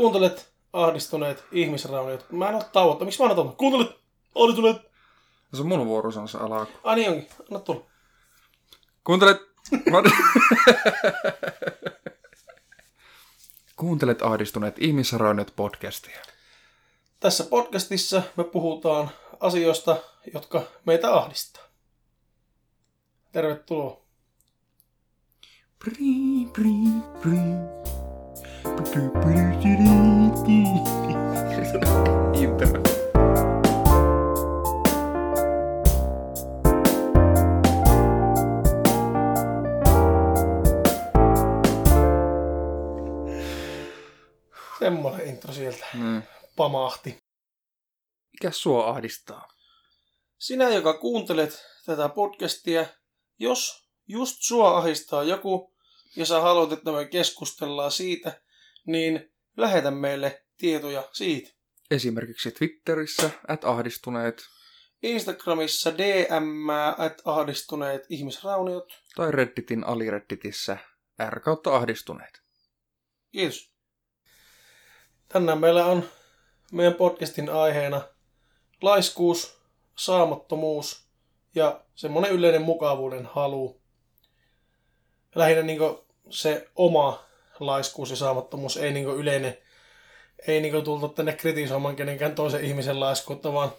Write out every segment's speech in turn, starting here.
Kuuntelet ahdistuneet ihmisrauniot. Mä en oo tauotta. Miksi mä annan tuon? Kuuntelet ahdistuneet. Se on mun vuoro sanoa se alku. Ai niin onkin. Anna tulla. Kuuntelet... Kuuntelet ahdistuneet ihmisrauniot podcastia. Tässä podcastissa me puhutaan asioista, jotka meitä ahdistaa. Tervetuloa. Intro. Semmoinen intro sieltä pamahti. Mikä sua ahdistaa? Sinä, joka kuuntelet tätä podcastia, jos just sua ahdistaa joku ja sä haluat, että me keskustellaan siitä, niin lähetä meille tietoja siitä. Esimerkiksi Twitterissä @ahdistuneet Instagramissa DM@ahdistuneet ihmisrauniot. tai Redditin aliredditissä r/ahdistuneet. Kiitos. Tänään meillä on meidän podcastin aiheena laiskuus, saamattomuus ja semmoinen yleinen mukavuuden halu. Lähinnä niinku se oma laiskuus ja saamattomuus, ei niinku yleinen, ei niinku tultu tänne kritisoimaan kenenkään toisen ihmisen laiskuutta, vaan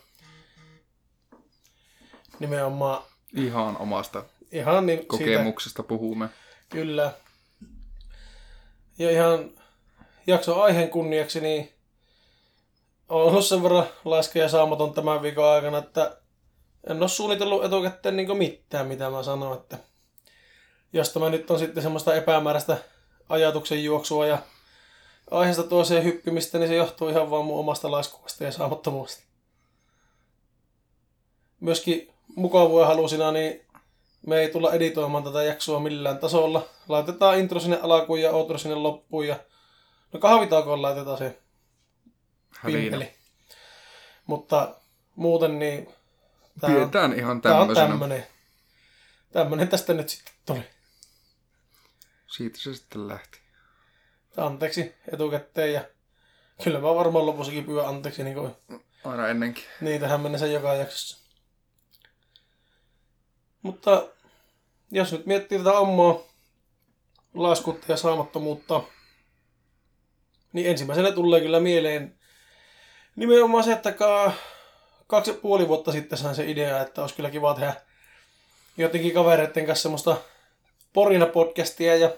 nimenomaan Ihan omasta niin kokemuksesta siitä, puhumme. Kyllä. Ja ihan jakson aiheen kunniaksi, niin olen ollut sen verran laiska ja saamaton tämän viikon aikana, että en ole suunnitellut etukäteen niin mitään, mitä mä sanon. Että jos tämä nyt on sitten semmoista epämääräistä ajatuksen juoksua ja aiheesta toiseen hyppimistä, niin se johtuu ihan vaan mun omasta laiskuudesta ja saamattomuudesta. Myöskin mukavuuden halusina, niin me ei tulla editoimaan tätä jaksoa millään tasolla. Laitetaan intro sinne alkuun ja outro sinne loppuun ja no kahvitaukoon laitetaan se pimpeli. Mutta muuten niin pidetään ihan tämmöisenä. Tämmönen tästä nyt sitten tuli. Siitä se sitten lähti. Anteeksi etukäteen ja kyllä mä varmaan lopussakin pyydän anteeksi niin kuin aina ennenkin. Niin, tähän mennessä joka jaksossa. Mutta jos nyt miettii tätä omaa laiskuutta ja saamattomuutta, niin ensimmäisenä tulee kyllä mieleen nimenomaan se, että 2,5 vuotta sitten sain se idea, että olisi kyllä kiva tehdä jotenkin kavereiden kanssa semmoista porina-podcastia ja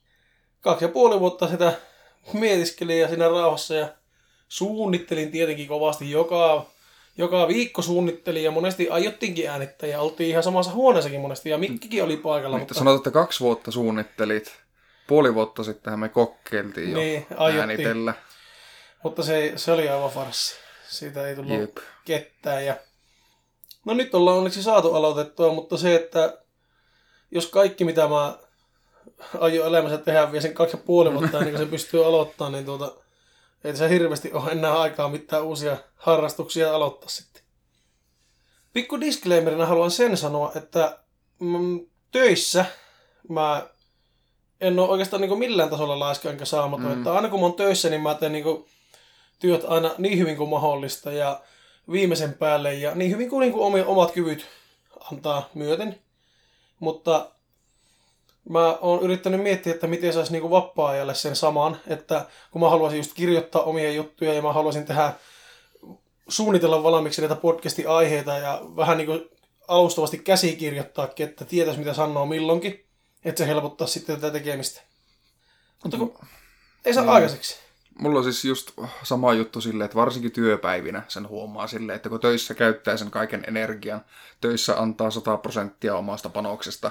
2,5 vuotta sitä mietiskelin ja siinä rauhassa ja suunnittelin tietenkin kovasti joka viikko suunnittelin ja monesti aiottiinkin äänittää ja oltiin ihan samassa huoneessakin monesti ja Mikkikin oli paikalla. Mutta sanotaan, että 2 vuotta suunnittelit. 0,5 vuotta sittenhän me kokeiltiin jo äänitellä. Mutta se oli aivan farssi. Siitä ei tullut ketään. Ja no nyt ollaan onneksi saatu aloitettua, mutta se, että jos kaikki mitä mä aion elämässä tehdä vie sen 2,5 vuotta ennen kuin se pystyy aloittamaan, niin ei tässä hirveästi ole enää aikaa mitään uusia harrastuksia aloittaa sitten. Pikku disclaimerina haluan sen sanoa, että töissä mä en ole oikeastaan niin millään tasolla laiska enkä saamaton. Että aina kun mä oon töissä, niin mä teen niin työt aina niin hyvin kuin mahdollista ja viimeisen päälle ja niin hyvin kuin omat kyvyt antaa myöten. Mutta mä oon yrittänyt miettiä, että miten saisi niin vapaa-ajalle sen saman, että kun mä haluaisin just kirjoittaa omia juttuja ja mä haluaisin suunnitella valmiiksi näitä podcastin aiheita ja vähän niin kuin alustavasti käsikirjoittaakin, että tietäisi mitä sanoo milloinkin, että se helpottaa sitten tätä tekemistä. Mutta kun ei saa aikaiseksi. Mulla on siis just sama juttu silleen, että varsinkin työpäivinä sen huomaa silleen, että kun töissä käyttää sen kaiken energian, töissä antaa 100% omasta panoksesta,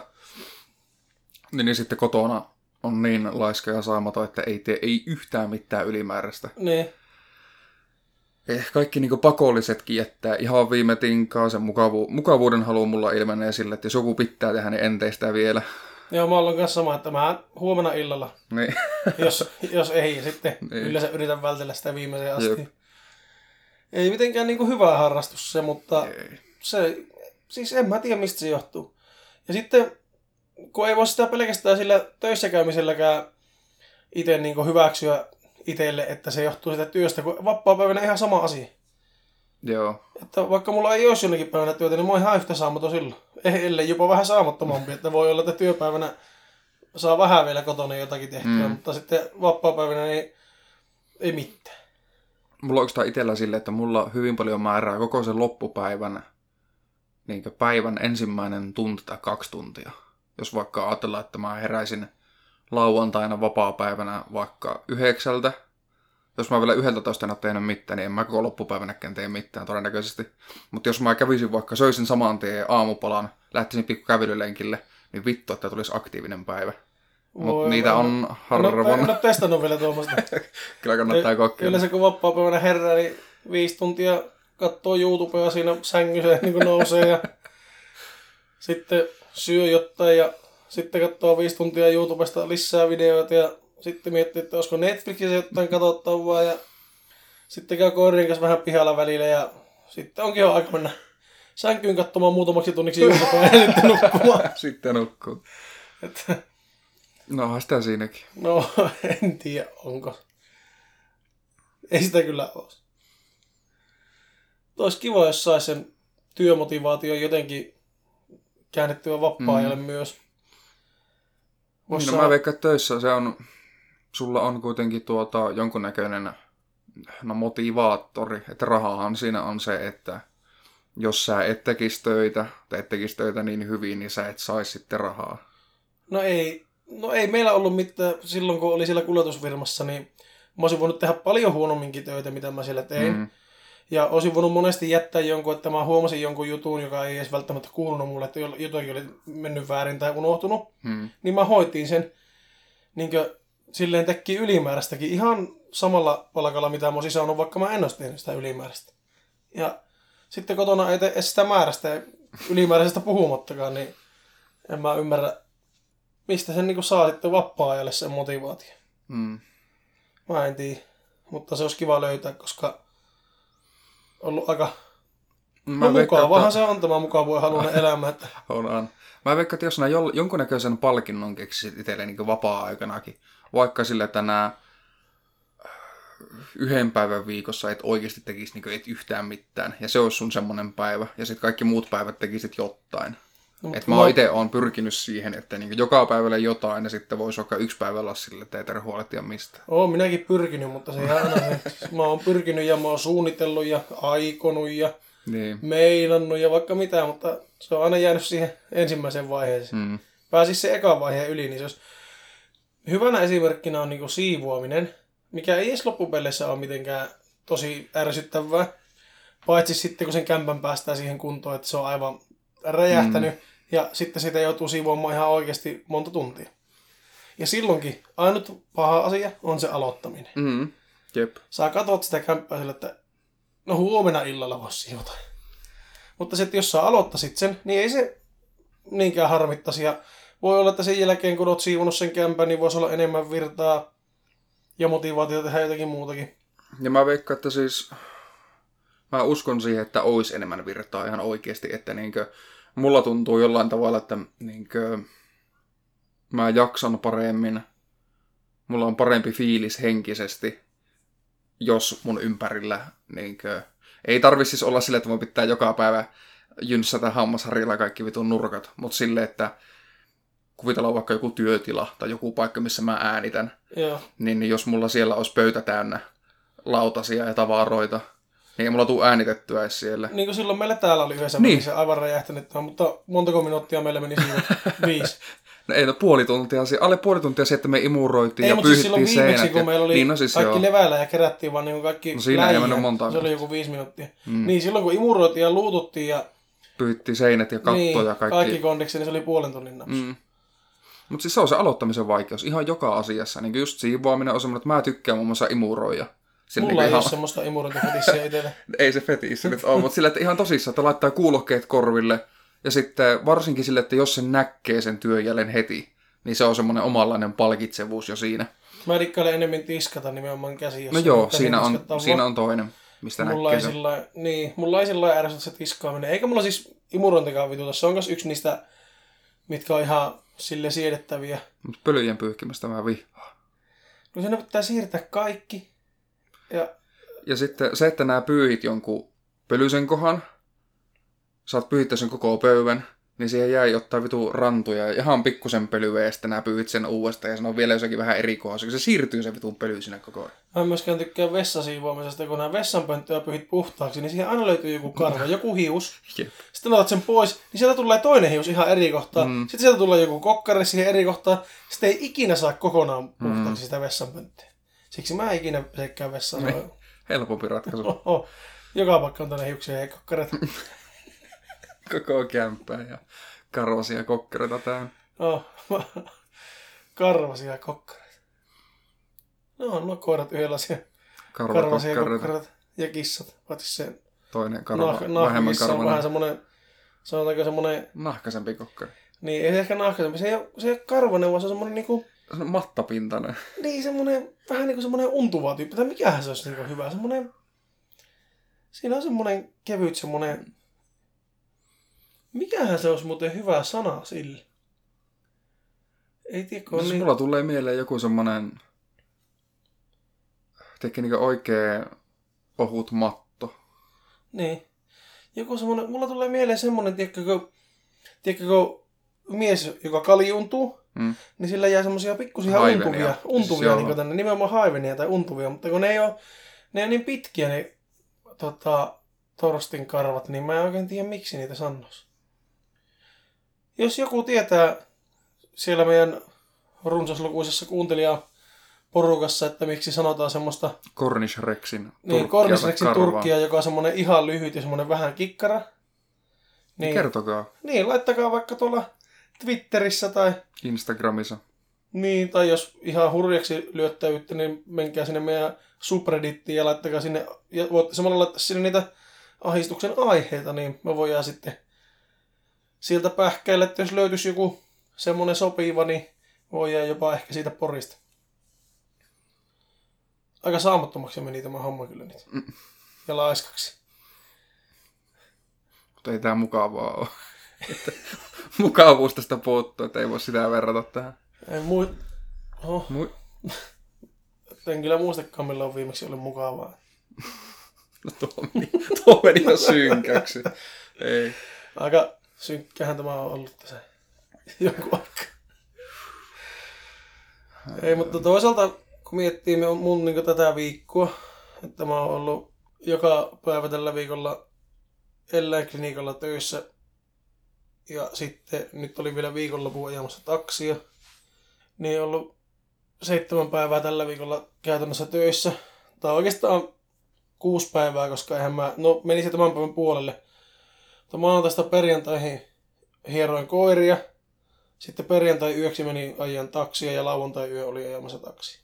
niin sitten kotona on niin laiska ja saamaton, että ei yhtään mitään ylimääräistä. Niin. Kaikki niinku pakollisetkin jättää ihan viime tinkaan. Sen mukavuuden halu mulla ilmenee sille, että jos joku pitää tehdä, niin en tee sitä vielä. Joo, mä olen kanssa sama, että mä huomenna illalla. Niin. jos ei, sitten niin. Yleensä yritän vältellä sitä viimeiseen asti. Ei mitenkään niinku hyvä harrastus se, mutta se, siis en mä tiedä mistä se johtuu. Ja sitten kun ei voi sitä pelkästään sillä töissä käymiselläkään itse niin hyväksyä itselle, että se johtuu sitä työstä, kun vapaapäivänä ihan sama asia. Joo. Että vaikka mulla ei olisi jonnekin päivänä työtä, niin mä oon ihan yhtä saamaton silloin. Ellei jopa vähän saamattomampi, että voi olla, että työpäivänä saa vähän vielä kotona jotakin tehtyä, mutta sitten vapaapäivänä niin ei mitään. Mulla on oikeastaan itsellä silleen, että mulla hyvin paljon määrää koko sen loppupäivän, niin päivän ensimmäinen tunti tai 2 tuntia. Jos vaikka ajatellaan, että mä heräisin lauantaina vapaapäivänä vaikka 9. Jos mä vielä 11 en ole tehnyt mitään, niin en mä koko loppupäivänäkään tee mitään todennäköisesti. Mutta jos mä kävisin vaikka, söisin saman tien aamupalan, lähtisin pikku kävelylenkille, niin vittu, että tulisi aktiivinen päivä. Mutta niitä on harvoin. En ole testannut vielä tuommoista. Kyllä kannattaa kokeilla. Yleensä kun vapaapäivänä herää, niin 5 tuntia katsoo YouTubea siinä sängyssä niin kuin nousee ja sitten syö jotain ja sitten katsoo 5 tuntia YouTubesta lisää videoita ja sitten miettii, että olisiko Netflixissä jotain katsottavaa ja sitten käy koirien kanssa vähän pihalla välillä ja sitten onkin jo aika mennä sänkyyn katsomaan muutamaksi tunniksi YouTubea ja sitten nukkumaan. Sitten nukkuu. Että... No onhan sitä siinäkin. No en tiedä onko. Ei sitä kyllä ole. Olisi kiva, jos saisi sen työmotivaation jotenkin käännettyä vapaa-ajalle myös. No mä veikkaan, että töissä se on, sulla on kuitenkin jonkunnäköinen motivaattori, että rahahan siinä on se, että jos sä et tekisi töitä tai et tekisi töitä niin hyvin, niin sä et saisi sitten rahaa. No ei meillä ollut mitään, silloin kun oli siellä kuljetusfirmassa, niin mä olisin voinut tehdä paljon huonomminkin töitä, mitä mä siellä tein. Ja olisin voinut monesti jättää jonkun, että mä huomasin jonkun jutun, joka ei edes välttämättä kuulunut mulle, että jotakin oli mennyt väärin tai unohtunut. Niin mä hoitin sen niin silleen teki ylimääräistäkin ihan samalla palkalla, mitä mä olisin saanut, vaikka mä en olisi tehnyt sitä ylimääräistä. Ja sitten kotona ei tee sitä määrästä ja ylimääräisestä puhumattakaan, niin en mä ymmärrä, mistä sen niin saa sitten vapaa-ajalle sen motivaatio. Mä en tiedä, mutta se olisi kiva löytää, koska on ollut aika mukavahan se on tämä mukavuuden elämä. Että... On. Mä veikkaan, että jos nää jonkunnäköisen palkinnon keksisit itselleen niin vapaa-aikanakin, vaikka sillä, että nää 1 päivän viikossa et oikeasti tekisi niin et yhtään mitään, ja se olisi sun semmoinen päivä, ja sitten kaikki muut päivät tekisit jotain. No, että mä itse olen pyrkinyt siihen, että niin joka päivällä jotain, ja sitten voisi vaikka 1 päivä olla sille, että ei tarvitse huolehtia mistään. Oon minäkin pyrkinyt, mutta se ei aina se. Mä oon pyrkinyt ja mä oon suunnitellut ja aikonut ja meinannut ja vaikka mitä, mutta se on aina jäänyt siihen ensimmäiseen vaiheeseen. Pääsis se ekan vaiheen yli, niin se olisi... Hyvänä esimerkkinä on niin siivoaminen, mikä ei edes loppupeleissä ole mitenkään tosi ärsyttävää. Paitsi sitten, kun sen kämpän päästään siihen kuntoon, että se on aivan räjähtänyt. Ja sitten sitä joutuu siivoamaan ihan oikeasti monta tuntia. Ja silloinkin ainut paha asia on se aloittaminen. Jep. Sä katsot sitä kämppää sille, että no huomenna illalla voisi siivota. Mutta sitten jos sä aloittaisit sen, niin ei se niinkään harmittaisi. Ja voi olla, että sen jälkeen kun oot siivonut sen kämpän, niin voisi olla enemmän virtaa ja motivaatiota tehdä jotakin muutakin. Ja mä veikkaan, että siis... Mä uskon siihen, että olisi enemmän virtaa ihan oikeasti, että niinkö... Mulla tuntuu jollain tavalla, että niinkö... Mä jaksan paremmin. Mulla on parempi fiilis henkisesti, jos mun ympärillä niinkö... Ei tarvitse siis olla silleen, että mun pitää joka päivä jynssätä hammasharjalla kaikki vitun nurkat, mutta silleen, että kuvitellaan vaikka joku työtila tai joku paikka, missä mä äänitän, niin jos mulla siellä olisi pöytä täynnä lautasia ja tavaroita, niin ei mulla tule äänitettyä edes siellä. Niin kuin silloin meillä täällä oli yhdessä se aivan räjähtänyt, mutta montako minuuttia meillä meni siinä? 5. No ei, puoli tuntia, alle puoli tuntia se, että me imuroitiin ja pyyhittiin seinät. Viimeksi, kun meillä oli kaikki leväillä ja kerättiin vaan niin kaikki läjiä, se oli joku 5 minuuttia. Niin silloin kun imuroitiin ja luututtiin ja pyyhittiin seinät ja katto ja kaikki kondiksi, niin se oli puolen tunnin napsu. Mutta siis se on se aloittamisen vaikeus ihan joka asiassa. Niin just siivoaminen on semmoinen, että mä tykkään muun muassa imuroida. Mulla ei ole semmoista imurointifetissiä itselle. Ei se fetissi nyt ole, mutta sillä, että ihan tosissaan, että laittaa kuulokkeet korville. Ja sitten varsinkin sille, että jos se näkee sen työjäljen heti, niin se on semmoinen omanlainen palkitsevuus jo siinä. Mä dikkailen enemmän tiskata nimenomaan käsiin. No joo, siinä on toinen, mistä näkee sen. Mulla ei sillä ärsytä se tiskaaminen. Eikä mulla siis imurointikaan vituta. Se on myös yksi niistä, mitkä on ihan sille siedettäviä. Mutta pölyjen pyyhkimistä mä vihaan. kun sinne pitää siirtää kaikki. Ja sitten se, että nää pyyhit jonkun pölyisen kohan, saat pyyhittää sen koko pöydän, niin siihen jäi ottaa vitu rantuja ja ihan pikkusen pölyä ja sitten nää pyyhit sen uudestaan ja se on vielä jossakin vähän eri kohdassa, se siirtyy se vitun pöly sinne koko ajan. Mä en myöskään tykkää vessasiivoamisesta, kun nämä vessanpönttöä pyyhit puhtaaksi, niin siihen aina löytyy joku karva, joku hius. Jep. Sitten otat sen pois, niin sieltä tulee toinen hius ihan eri kohtaan. Sitten sieltä tulee joku kokkare siihen eri kohtaan. Sitten ei ikinä saa kokonaan puhtaaksi sitä vessanpönttöä. Siksi mä en ikinä seikään vessaan. Helpompi ratkaisu. Joka paikka on tänne hiuksia ja kokkareita. Koko kämppää ja karvasia kokkareita täynnä. Karvasia kokkareita. No koirat yhdenlaisia. Karvasia kokkareita ja kissat. Paitsi sen toinen vähemmän karvainen. On vähän semmoinen, sanotaanko semmoinen... Nahkaisempi kokkari. Niin, ei se ehkä nahkaisempi. Se ei ole karvainen, vaan se on semmoinen niinku... mattapintainen. Niin, semmoinen, vähän niinku semmoinen untuva tyyppi. Tai mikähän se olisi niinku hyvä. Semmoinen... Siinä on semmoinen kevyt semmoinen... Mikähän se olisi muuten hyvä sana sille? Ei tiedä, kun niin... Mulla tulee mieleen joku semmoinen... Tiedätkö niinku oikein ohut matto. Niin. Joku semmoinen... Mulla tulee mieleen semmoinen, tiedätkö, kun mies, joka kaljuuntuu, niin sillä jää semmoisia pikkusia untuvia niin tänne, nimenomaan haivenia tai untuvia, mutta kun ne ei ole niin pitkiä ne torstin karvat, niin mä en oikein tiedä, miksi niitä sanoisi. Jos joku tietää siellä meidän runsaslukuisessa kuuntelijaporukassa, että miksi sanotaan semmoista... Cornish Rexin turkkia. Niin, Cornish Rexin turkkia, joka on semmoinen ihan lyhyt ja semmoinen vähän kikkara. Niin, kertokaa. Niin, laittakaa vaikka tuolla Twitterissä tai... Instagramissa. Niin, tai jos ihan hurjaksi lyöttäytte, niin menkää sinne meidän subreddittiin ja laittakaa sinne... Ja voitte samalla laittaa sinne niitä ahdistuksen aiheita, niin me voidaan sitten sieltä pähkäillä, että jos löytyisi joku semmoinen sopiva, niin voidaan jopa ehkä siitä porista. Aika saamattomaksi meni tämä homma kyllä nyt. Ja laiskaksi. Mutta ei tää mukavaa ole. Mukavuus tästä puuttuu, että ei voi sitä verrata tähän. En en kyllä muistakaan, millä on viimeksi ollut mukavaa. No tuo meni jo synkäksi. Ei. Aika synkkähän tämä on ollut tässä joku aika. Ei, mutta toisaalta kun miettii mun niin tätä viikkoa, että mä oon ollut joka päivä tällä viikolla eläinklinikalla töissä ja sitten nyt oli vielä viikonlopun ajamassa taksia, niin on ollut 7 päivää tällä viikolla käytännössä töissä. Tai oikeastaan 6 päivää, koska eihän meni se tämän päivän puolelle. Mutta maanantaista perjantaihin hieroin koiria. Sitten perjantai yöksi meni ajan taksia ja lauantai yö oli ajamassa taksia.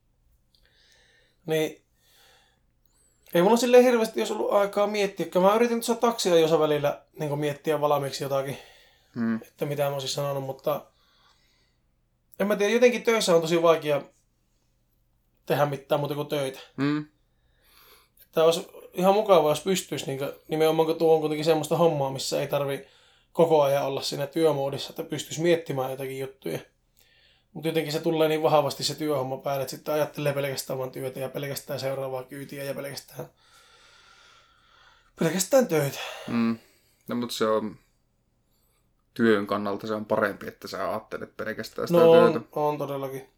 Niin ei mulla silleen hirveästi jos ollut aikaa miettiä. Mä yritin tuossa taksiajossa välillä niin miettiä valmiiksi jotakin, että mitä mä olisin sanonut, mutta en mä tiedä, jotenkin töissä on tosi vaikea tehdä mitään muuta kuin töitä. Että olisi ihan mukavaa, jos pystyisi, niin nimenomaan kun tuo on kuitenkin semmoista hommaa, missä ei tarvi koko ajan olla siinä työmoodissa, että pystyisi miettimään jotakin juttuja. Mutta jotenkin se tulee niin vahvasti se työhomma päälle, että sitten ajattelee pelkästään vaan työtä ja pelkästään seuraavaa kyytiä ja pelkästään töitä. No, mutta se on työn kannalta se on parempi, että sä ajattelet pelkästään sitä työtä. On todellakin.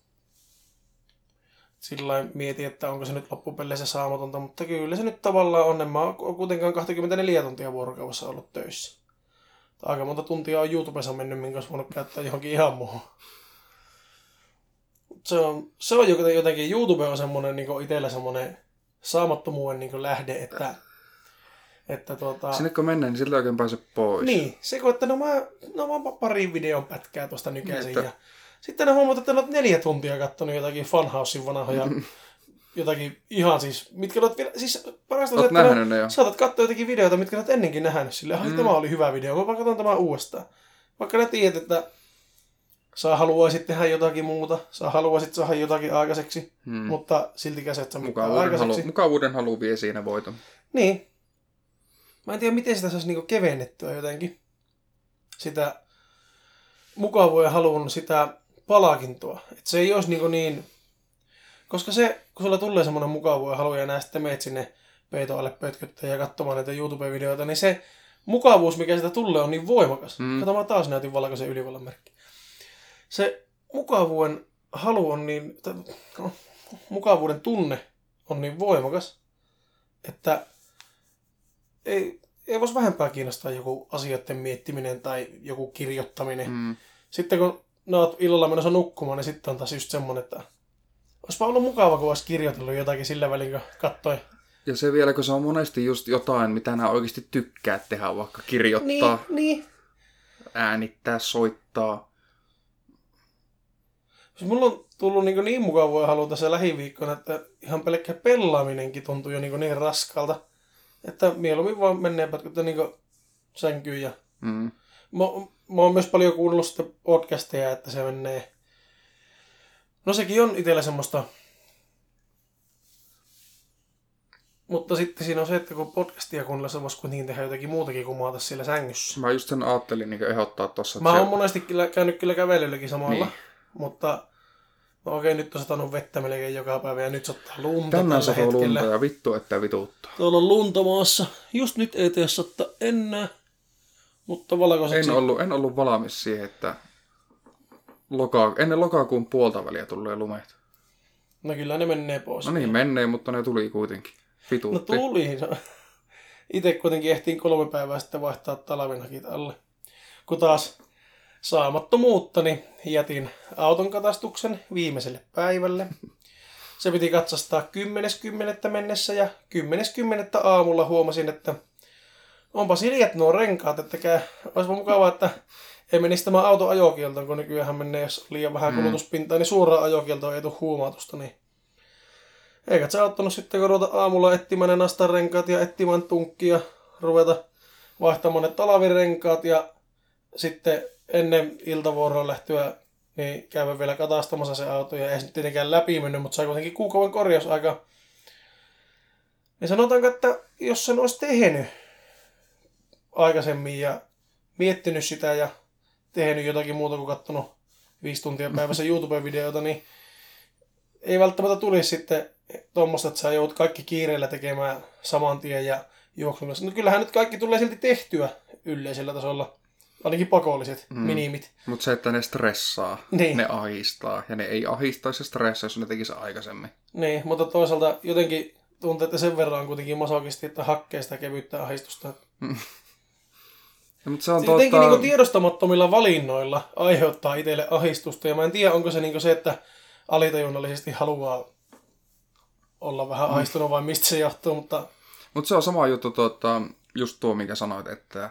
Sillain mietin, että onko se nyt loppupeleissä saamatonta, mutta kyllä se nyt tavallaan on. En mä oon kuitenkaan 24 tuntia vuorokaudessa ollut töissä. Aika monta tuntia on YouTubessa mennyt, minkä olisi voinut käyttää johonkin ihan muuhun. Se on jotenkin, YouTube on semmoinen niin itsellä semmoinen saamattomuuden niin lähde, että sinne kun mennään, niin siltä oikein pääse pois. Niin, se kun, että mä oon pari videon pätkää tuosta nykäisin ja sitten ne huomaat, että ne olet 4 tuntia katsonut jotakin Funhousein vanhoja, jotakin ihan siis, mitkä olet vielä, siis parasta on, että saatat katsoa jotakin videoita, mitkä olet ennenkin nähnyt silleen, tämä oli hyvä video, mä katson tämän uudestaan. Vaikka ne tiedät, että sä haluaisit tehdä jotakin muuta, sä haluaisit saada jotakin aikaiseksi, mutta siltikään sä et saa mitään aikaiseksi. Mukavuuden halu vie siinä voiton. Niin. Mä en tiedä, miten sitä saisi niinku kevennettyä jotenkin. Sitä mukavuuden halun, sitä palkintoa. Että se ei olisi niin Koska se, kun sulla tulee semmoinen mukavuus ja halu ja nää sitten meet sinne peiton alle pötköttää ja katsomaan näitä YouTube-videoita, niin se mukavuus, mikä sitä tulee, on niin voimakas. Kato, mä taas näytin valkoisen ylivallan merkki. Se mukavuuden halu on niin, mukavuuden tunne on niin voimakas, että ei voisi vähempää kiinnostaa joku asioiden miettiminen tai joku kirjoittaminen. Sitten kun oot illalla menossa nukkumaan, niin sitten on taas just semmoinen, että olisipa ollut mukava, kun olisi kirjoitellut jotakin sillä välin, kun katsoi. Ja se vielä, kun se on monesti just jotain, mitä nämä oikeasti tykkää tehdä, vaikka kirjoittaa, niin. äänittää, soittaa. Mulla on tullut niin mukavaa halu tässä lähiviikkona, että ihan pelkkä pelaaminenkin tuntuu jo niin raskalta. Että mieluummin vaan menee pätkätä niin sänkyyn. Ja... Mä oon myös paljon kuunnellut sitä podcasteja, että se menee... No sekin on itsellä semmoista... Mutta sitten siinä on se, että kun podcastia kuunnellessa voisi kuitenkin tehdä jotakin muutakin kuin maata siellä sängyssä. Mä just sen ajattelin niin ehdottaa tossa. Mä oon monesti käynyt kyllä kävelylläkin samalla. Niin. Mutta okei, nyt on satanut vettä melkein joka päivä ja nyt sattaa lunta tänään tällä hetkellä. Lunta ja vittu, että vituttaa. Tuolla on lunta maassa. Just nyt ei tee satta enää. Mutta valkoiseksi... En ollut valmis siihen, että ennen lokakuun puolta väliä tulee lumeet. No kyllä ne menee pois. No niin, menee, mutta ne tuli kuitenkin. Vituutti. No tuli. Itse kuitenkin ehtiin 3 päivää sitten vaihtaa talvenakit alle. Kun taas saamattomuutta, niin jätin auton katastuksen viimeiselle päivälle. Se piti katsastaa 10.10. mennessä ja 10.10. aamulla huomasin, että onpa siljät nuo renkaat, että olisipa mukavaa, että ei menisi tämä auto ajokieltoon, kun nykyään menee, jos liian vähän kulutuspintaa, niin suoraan ajokieltoon ei tule huomautusta. Niin. Eikä se auttanut sitten, kun ruveta aamulla etsimään ne nastarenkaat ja etsimään tunkkia, ruveta vaihtamaan ne talvirenkaat ja sitten ennen iltavuoroa lähtöä niin käydä vielä katastamassa se auto ja ei se tietenkään läpi mennyt, mutta sai kuitenkin kuukauden korjausaika. Niin sanotaanko, että jos sen olisi tehnyt aikaisemmin ja miettinyt sitä ja tehnyt jotakin muuta kuin katsonut 5 tuntia päivässä YouTube-videota, niin ei välttämättä tulisi sitten tuommoista, että sä joudut kaikki kiireellä tekemään saman tien ja juoksumassa. No kyllähän nyt kaikki tulee silti tehtyä yleisellä tasolla. Ainakin pakolliset minimit. Mutta se, että ne stressaa, niin. Ne ahistaa. Ja ne ei ahistaisi ja stressaa, jos ne tekisi aikaisemmin. Niin, mutta toisaalta jotenkin tuntuu, että sen verran on kuitenkin masokisti, että hakkee sitä kevyttä ahistusta. Ja, mutta se on jotenkin niin tiedostamattomilla valinnoilla aiheuttaa itselle ahistusta. Ja mä en tiedä, onko se niin se, että alitajunnallisesti haluaa olla vähän ahistunut vai mistä se johtuu, mutta... Mutta se on sama juttu, just tuo, minkä sanoit, että...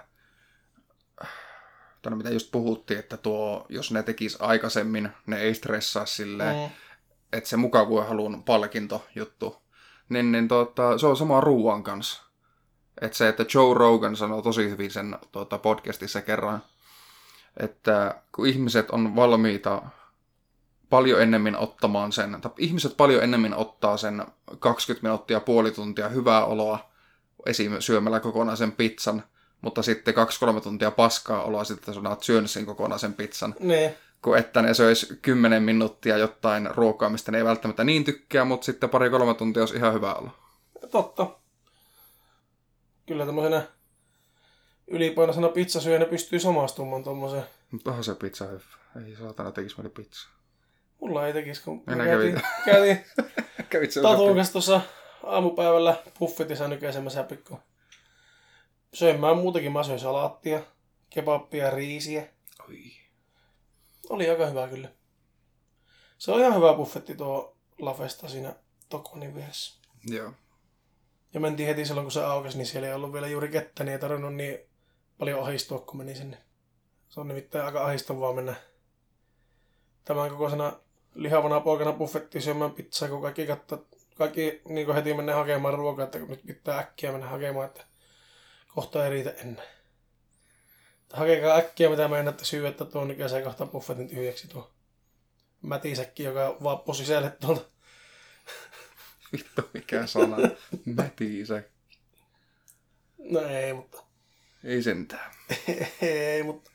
mitä just puhuttiin, että jos ne tekisi aikaisemmin, ne ei stressaa silleen, että se mukavuuden halun palkintojuttu, niin se on sama ruuan kanssa. Että se, että Joe Rogan sanoo tosi hyvin sen podcastissa kerran, että kun ihmiset on valmiita paljon ennemmin ottamaan sen, tai ihmiset paljon ennemmin ottaa sen 20 minuuttia, puoli tuntia hyvää oloa, esim. Syömällä kokonaisen pizzan, mutta sitten 2-3 tuntia paskaa oloa sitten, että sä oot syönyt sen kokonaisen pizzan. Ne. Kun että ne söisi 10 minuuttia jotain ruokaa, mistä ne ei välttämättä niin tykkää, mutta sitten 2-3 tuntia olisi ihan hyvä olla. Totta. Kyllä tämmöisenä ylipainoisena pizzasyönä pystyy samastumaan tommoseen. Mutta onhan se pizza hyvä. Ei saatana tekisi meille pizza. Mulla ei tekisi, kun käytiin Tatun kanssa tuossa aamupäivällä buffetissa nykäisemässä pikku. Söin mä muutakin. Mä söin salaattia, kebappia, riisiä. Oi. Oli aika hyvä kyllä. Se oli ihan hyvä buffetti tuo Lafesta siinä Tokonin vieressä. Joo. Ja mentiin heti silloin, kun se aukesi, niin siellä ei ollut vielä juuri kettä, niin ei tarvinnut niin paljon ahistua, kun meni sinne. Se on nimittäin aika ahistavaa mennä tämän kokoisena lihavana poikana buffettiin syömään pizzaa, kun kaikki niin heti mennään hakemaan ruokaa, että nyt pitää äkkiä mennä hakemaan, että kohta ei riitä ennen. Hakekaa äkkiä, mitä meinaatte syödä, että tuon ikäiseen kohta buffetin tyhjäksi tuo mätisäkki, joka vaappu sisälle tuolta. Vittu, mikä sana. Mätisäkki. No ei, mutta... Ei sentään. Ei, mutta...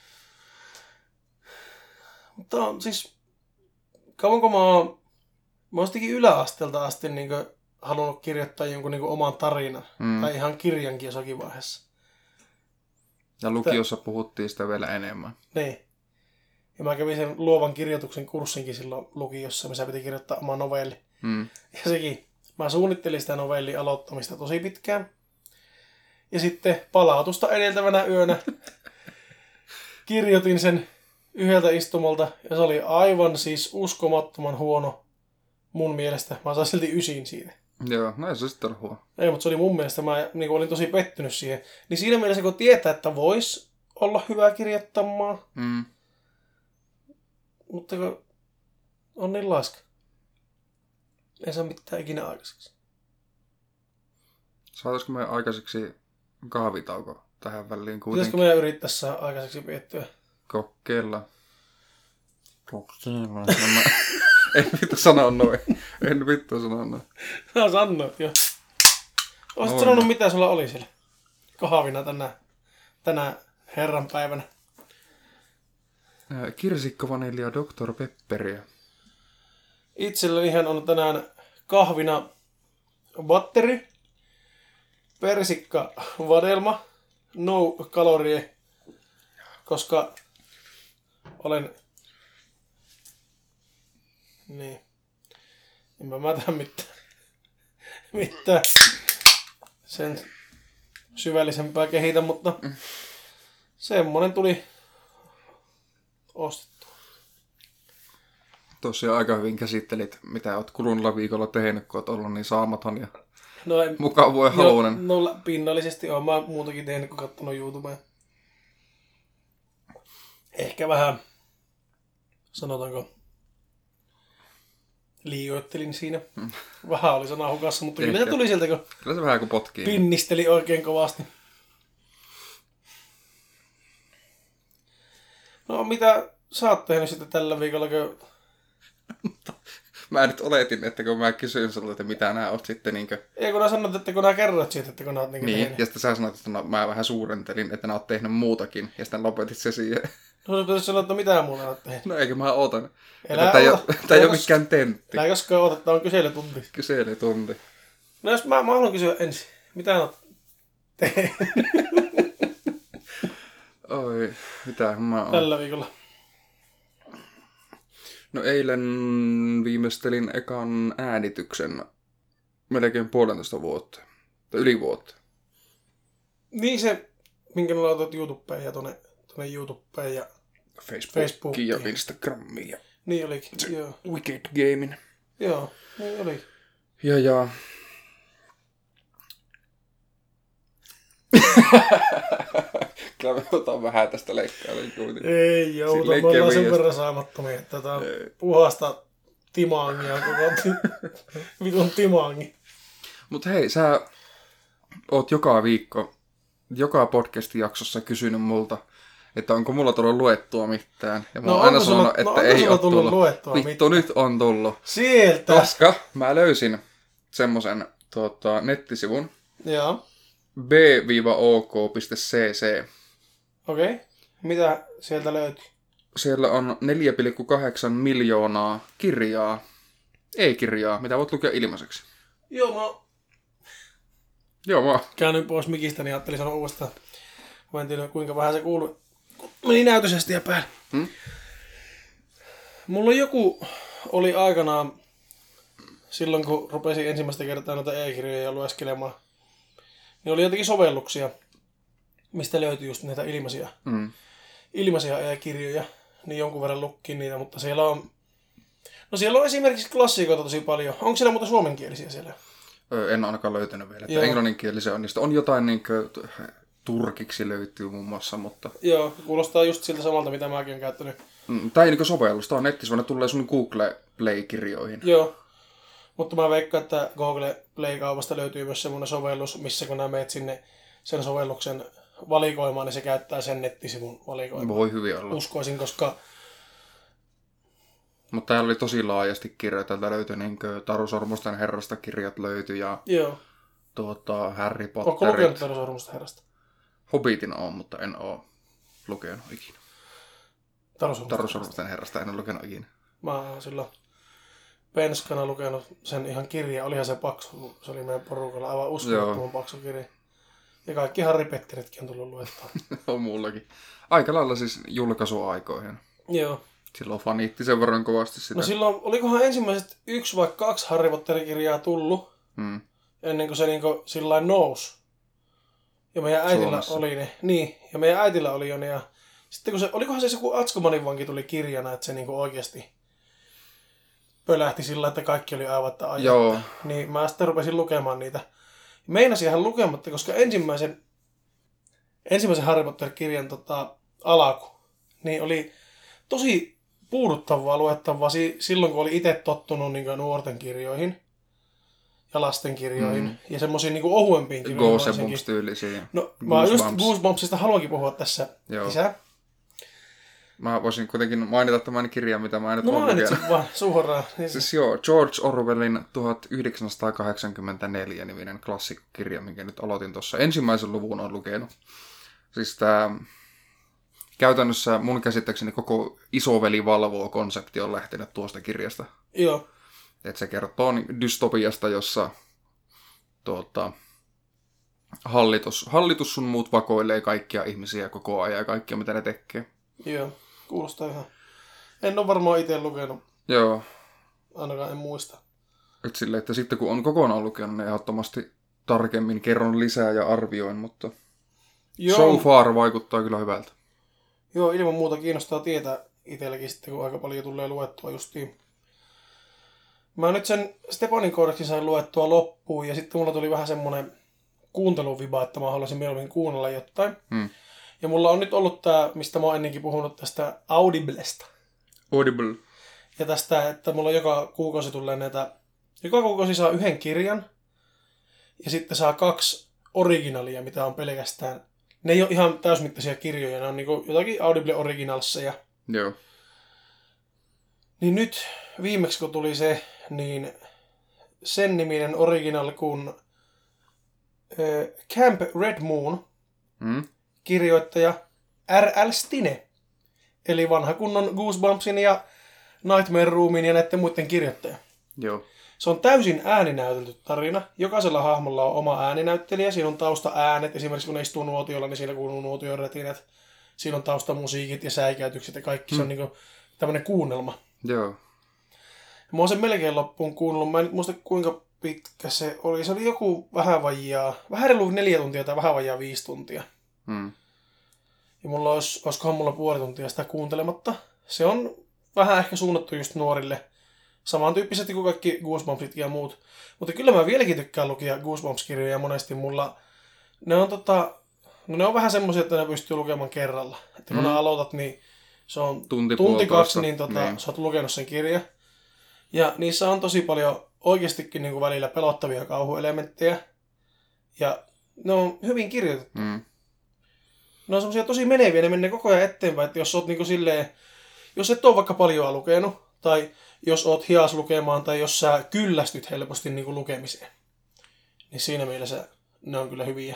Mutta on siis... Kauanko mä oon Mä oon yläasteelta asti niin halunnut kirjoittaa jonkun niin oman tarinan. Tai ihan kirjankin jossakin vaiheessa. Ja lukiossa puhuttiin sitä vielä enemmän. Niin. Ja mä kävin sen luovan kirjoituksen kurssinkin silloin lukiossa, missä piti kirjoittaa oma novelli. Ja sekin. Mä suunnittelin sitä novellin aloittamista tosi pitkään. Ja sitten palautusta edeltävänä yönä kirjoitin sen yhdeltä istumalta. Ja se oli aivan siis uskomattoman huono mun mielestä. Mä sain silti 9 siitä. Joo, näin se sitten on huono. Ei, mutta se oli mun mielestä. Mä niin olin tosi pettynyt siihen. Niin siinä mielessä, kun tietää, että vois olla hyvä kirjoittamaan. Mutta kun on niin laiska. Ei saa mitään ikinä aikaiseksi. Saataisiko me aikaiseksi kahvitauko tähän väliin kuitenkin? Pitäisikö meidän yrittää saada aikaiseksi viettyä? Kokeilla. En vittu sanoa noin. Sä sanoit jo. Oletko sanonut, mitä sulla oli siellä kahvina tänä herran päivänä? Kirsikko, vanilja, Dr. Pepperiä. Itsellänihän on tänään kahvina batteri, persikka, vadelma, no kalorie, koska olen... Niin. Enpä mä tähän mitään sen syvällisempää kehitä, mutta semmonen tuli ostettua. Tosiaan aika hyvin käsittelit, mitä oot kuluneella viikolla tehnyt, kun oot ollut niin saamaton ja no en, mukavuuden haluinen. No pinnallisesti oon mä muutakin tehnyt, kun kattonut YouTubea. Ehkä vähän, sanotaanko, liioittelin siinä. Vähän oli sana hukassa, mutta kyllä se tuli sieltä, kun kyllä se vähän kuin potkii. Pinnisteli oikein kovasti. No mitä sä oot tehnyt sitten tällä viikolla, kun... Mä nyt oletin, että kun mä kysyin sulta, että mitä nää oot sitten niinkö... Ei, kun nää sanot, että kun nää kerrot siitä, että kun nää oot niin tehnyt. Ja sitten sä sanoit, että no, mä vähän suurentelin, että nää oot tehnyt muutakin. Ja sitten lopetit se siihen. No sä pitäisi sanoa, että mitä muuta oot tehnyt. No eikö mä ootan. Tää ei oo mikään tentti. Älä koskaan oota, tää on kyselytunti. Kyselytunti. No jos mä haluan kysyä ensin. Mitä oot tehnyt? Oi, mitä mä oon. Tällä viikolla. No eilen viimeistelin ekan äänityksen melkein 1,5 vuotta. Tai yli vuotta. Niin se, minkä ne laitat YouTubeen ja tuonne YouTubeen ja Facebookiin ja Instagramiin. Ja niin olikin, joo. Wicked Gamein. Joo, niin oli. Ja. Kyllä me otan vähän tästä leikkailun kuitenkin. Ei jouta, me ollaan sen verran saamattomia, että tää on puhasta timaangia, koko vitun timaangi. Mut hei, sä oot joka viikko, joka podcast-jaksossa kysynyt multa, että onko mulla tullut luettua mitään. Ja mä oon aina sanonut, että ei oo tullut. Vittu, nyt on tullut. Sieltä! Koska mä löysin semmosen nettisivun. Joo. b-ok.cc. Okei. Mitä sieltä löytyy? Siellä on 4,8 miljoonaa kirjaa, e-kirjaa, mitä voit lukea ilmaiseksi. Joo, mä käännyin pois mikistä, niin ajattelin sanoa uudestaan. Mä en tiedä, kuinka vähän se kuului. Meni näytöisesti ja päälle. Mulla oli aikanaan, silloin kun rupesin ensimmäistä kertaa noita e-kirjoja lueskelemaan, niin oli jotenkin sovelluksia, mistä löytyi just näitä ilmaisia e-kirjoja. Niin jonkun verran lukkiin niitä, mutta siellä on esimerkiksi klassikoita tosi paljon. Onko siellä muuta suomenkielisiä siellä? En ainakaan löytänyt vielä. Englanninkielisiä on. Niistä on jotain turkiksi löytyy muun muassa, mutta... Joo, kuulostaa just siltä samalta, mitä mäkin olen käyttänyt. Tämä ei sovellus, tämä on nettisivuilla, tulee sun Google Play-kirjoihin. Joo, mutta mä veikkaan, että Google Play-kaupasta löytyy myös semmoinen sovellus, missä kun meet sinne sen sovelluksen valikoimaan, niin se käyttää sen nettisivun valikoimaan. Voi hyvin olla. Uskoisin, koska... Mutta täällä oli tosi laajasti kirjoja. Täältä löytyi Taru Sormusten herrasta kirjat löytyi ja Harry Potterit. Oletko lukenut Taru Sormusten herrasta? Hobbitin on, mutta en ole lukenut ikinä. Taru Sormusten herrasta en ole lukenut ikinä. Mä silloin penskana lukenut sen ihan kirja. Olihan se paksu. Se oli meidän porukalla aivan uskomattoman paksu kirja. Ja kaikki Harry Potteritkin on tullut luettua. On mullakin. Aika lailla siis julkaisuaikoihin. Joo. Silloin faniitti sen verran kovasti sitä. No silloin, olikohan ensimmäiset 1 vai 2 Harry Potter-kirjaa tullut, ennen kuin se niinku sillain nousi. Ja meidän äitillä Suomessa. oli ne. Niin, ja meidän äitillä oli jo ne. Ja sitten kun se, olikohan se joku Atskomanin vanki tuli kirjana, että se niinku oikeasti pölähti sillä, että kaikki oli aivan että ajattu. Joo. Niin mä sitten rupesin lukemaan niitä. Meinasin ihan lukematta, koska ensimmäisen Harry Potter-kirjan alku, niin oli tosi puuduttavaa luettavaa silloin, kun oli itse tottunut niin nuorten kirjoihin ja lasten kirjoihin ja semmoisiin niin ohuempiin kirjoihin. Goosebumps-tyylisiä. No, mä just Goosebumpsista haluankin puhua tässä lisää. Mä voisin kuitenkin mainita tämän kirjan, mitä mä en nyt ole lukenut. No mainitsin vaan suoraan. Siis joo, George Orwellin 1984-niminen klassikkokirja, minkä nyt aloitin tuossa. Ensimmäisen luvun on lukenut. Siis tää käytännössä mun käsittääkseni koko isoveli valvoo -konsepti on lähtenyt tuosta kirjasta. Joo. Et se kertoo dystopiasta, jossa hallitus sun muut vakoilee kaikkia ihmisiä koko ajan ja kaikkia mitä ne tekee. Joo, kuulostaa ihan. En ole varmaan itse lukenut. Joo. Ainakaan en muista. Et sille, että sitten kun on kokonaan lukenut, niin ehdottomasti tarkemmin kerron lisää ja arvioin, mutta so far vaikuttaa kyllä hyvältä. Joo, ilman muuta kiinnostaa tietää itselläkin sitten, kun aika paljon tulee luettua justiin. Mä nyt sen Stepanin koodeksin sain luettua loppuun ja sitten mulla tuli vähän semmonen kuunteluviba, että mä haluaisin mieluummin kuunnella jotain. Ja mulla on nyt ollut tää, mistä mä oon ennenkin puhunut tästä Audiblesta. Audible. Ja tästä, että mulla joka kuukausi tulee näitä, joka kuukausi saa 1 kirjan ja sitten saa 2 originalia, mitä on pelkästään. Ne ei ole ihan täysmittaisia kirjoja, ne on niinku jotakin Audible Originalseja. Joo. Niin nyt viimeksi kun tuli se, niin sen niminen original kuin Camp Red Moon, kirjoittaja R.L. Stine, eli vanha kunnon Goosebumpsin ja Nightmare Roomin ja näiden muiden kirjoittaja. Joo. Se on täysin ääninäytelty tarina. Jokaisella hahmolla on oma ääninäyttelijä. Siinä on taustaäänet. Esimerkiksi kun ne istuu nuotiolla, niin siinä kuuluu nuotion rätinät. Siinä on taustamusiikit ja säikäytykset ja kaikki. Se on niinku tämmönen kuunnelma. Joo. Mä oon sen melkein loppuun kuunnellut. Mä en muista kuinka pitkä se oli. Se oli joku vähän reilu 4 tuntia tai vähän vajaa 5 tuntia. Ja mulla olisikohan mulla puoli tuntia sitä kuuntelematta. Se on vähän ehkä suunnattu just nuorille. Samantyyppisesti kuin kaikki Goosebumpsit ja muut. Mutta kyllä mä vieläkin tykkään lukea Goosebumps-kirjoja monesti. Mulla ne on ne on vähän semmoisia, että ne pystyy lukemaan kerralla. Että kun aloitat, niin se on tunti 2, niin sä oot lukenut sen kirja. Ja niissä on tosi paljon oikeastikin niin kuin välillä pelottavia kauhuelementtejä. Ja ne on hyvin kirjoitettu. Ne on semmoisia tosi meneviä, ne menee koko ajan eteenpäin. Että jos oot niin kuin silleen, jos et ole vaikka paljoa lukenut, tai jos oot hias lukemaan, tai jos sä kyllästyt helposti niin kuin lukemiseen, niin siinä mielessä ne on kyllä hyviä.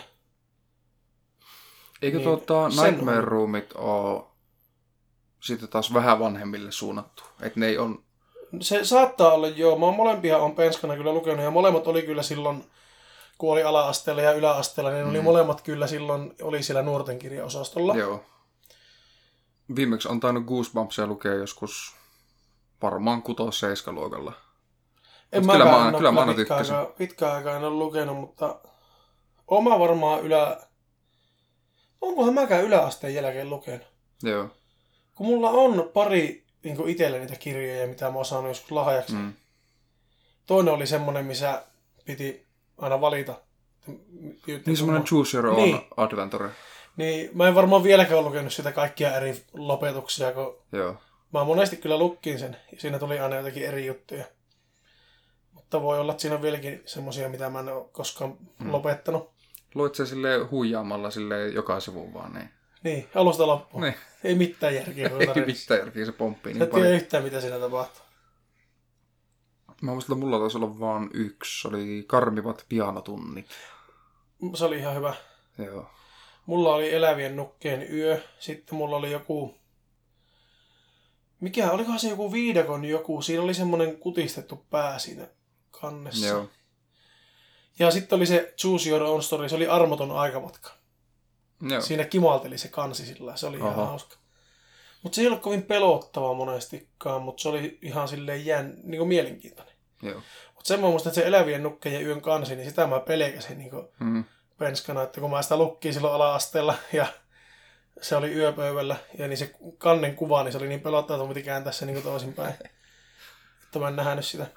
Eikö niin, Nightmare Roomit ole sitten taas vähän vanhemmille suunnattu? Että ne ei on... Se saattaa olla, joo. Mä molempia on penskana kyllä lukenut, ja molemmat oli kyllä silloin, kun oli ala-asteella ja yläasteella, niin oli molemmat kyllä silloin, oli siellä nuorten kirjaosastolla. Joo. Viimeksi on tainnut Goosebumpsia lukea joskus varmaan 6-7 luokalla. Kyllä mä aina tykkäsin. Pitkään aikaa en ole lukenut, mutta oma varmaan onkohan mäkään yläasteen jälkeen lukenut? Joo. Kun mulla on pari niin itsellä niitä kirjoja, mitä mä oon saanut joskus lahjaksi. Toinen oli semmonen, missä piti aina valita. Niin semmonen Choose Your Own Adventure. Niin, mä en varmaan vieläkään lukenut sitä kaikkia eri lopetuksia, kun mä monesti kyllä lukkin sen. Ja siinä tuli aina jotakin eri juttuja. Mutta voi olla, että siinä on vieläkin semmosia, mitä mä en ole koskaan lopettanut. Luit se silleen huijaamalla silleen joka sivuun vaan, niin? Niin, alusta loppuun. Niin. Ei mitään järkeä. Ei mitään järkeä, se pomppii niin paljon. Et tiedä yhtään, mitä siinä tapahtuu. Mä muistan, että mulla taisi olla vaan 1. Se oli Karmivat pianotunnit. Se oli ihan hyvä. Joo. Mulla oli Elävien nukkeen yö. Sitten mulla oli joku olikohan se joku viidakon joku, siinä oli semmoinen kutistettu pää siinä kannessa. Joo. Ja sitten oli se Choose Your Own Story, se oli armoton aikamatka. Joo. Siinä kimalteli se kansi sillä, se oli ihan hauska. Mutta se ei ollut kovin pelottava monestikaan, mutta se oli ihan silleen niinku mielenkiintoinen. Joo. Mutta sen mä muistan, että se elävien nukkejen yön kansi, niin sitä mä pelkäsin niinku penskana, että kun mä sitä lukkiin silloin ala-asteella ja se oli yöpöydällä ja niin se kannen kuva, niin se oli niin pelottava, että piti kääntää se niin toisinpäin, että mä en nähnyt sitä.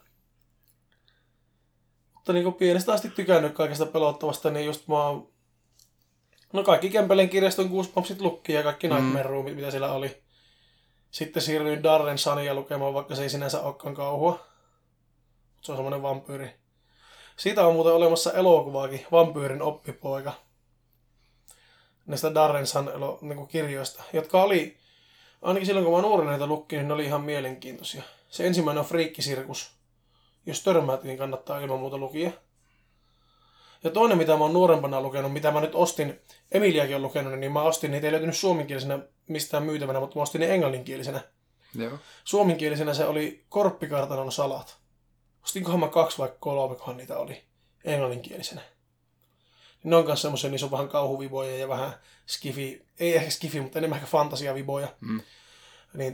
Mutta niin pienestä asti tykännyt kaikesta pelottavasta, niin just mä oon... No kaikki Kempelen kirjaston Goosebumpsit lukki ja kaikki Nightmare Roomit, mitä siellä oli. Sitten siirryin Darren Sunia lukemaan, vaikka se ei sinänsä olekaan kauhua. Se on semmoinen vampyyri. Siitä on muuten olemassa elokuvaakin, Vampyyrin oppipoika. Näistä Darren Sun niin kirjoista, jotka oli, ainakin silloin kun mä nuorena näitä lukkin, niin ne oli ihan mielenkiintoisia. Se ensimmäinen on Friikkisirkus. Jos törmäät, niin kannattaa ilman muuta lukia. Ja toinen, mitä mä oon nuorempana lukenut, mitä mä nyt ostin, Emiliakin on lukenut, niin mä ostin, niitä ei löytynyt suomenkielisenä mistään myytävänä, mutta mä ostin ne englanninkielisenä. Joo. Suomenkielisenä se oli Korppikartanon salat. Ostinkohan mä 2 vai 3, kohan niitä oli englanninkielisenä. Ne on myös semmoisia, niissä on vähän kauhuviboja ja vähän skifi, ei ehkä skifi, mutta enemmän ehkä fantasiaviboja. Niin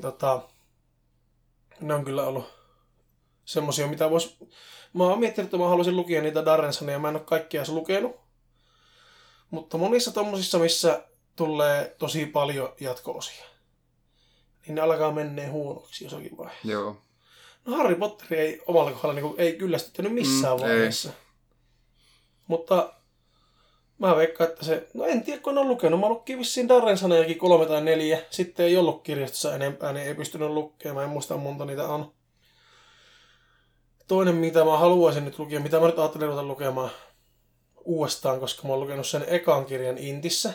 ne on kyllä ollut semmoisia, mitä vois... Mä oon miettinyt, että mä haluaisin lukea niitä Darren Sunia, mä en ole kaikkia edes lukenut. Mutta monissa tommosissa, missä tulee tosi paljon jatko-osia, niin ne alkaa menneen huonoksi jossakin vaiheessa. Joo. No Harry Potter ei omalla kohdalla niin ei kyllästyttänyt missään vaiheessa. Ei. Mutta mä veikkaan, että se... No en tiedä, kun en ole lukenut. Mä lukkiin vissiin Darren Suniakin 3 tai 4. Sitten ei ollut kirjastossa enempää, niin ei pystynyt lukemaan. En muista monta niitä on. Toinen, mitä mä haluaisin nyt lukea, mitä mä nyt ajattelin ruveta lukemaan uudestaan, koska mä oon lukenut sen ekan kirjan Intissä.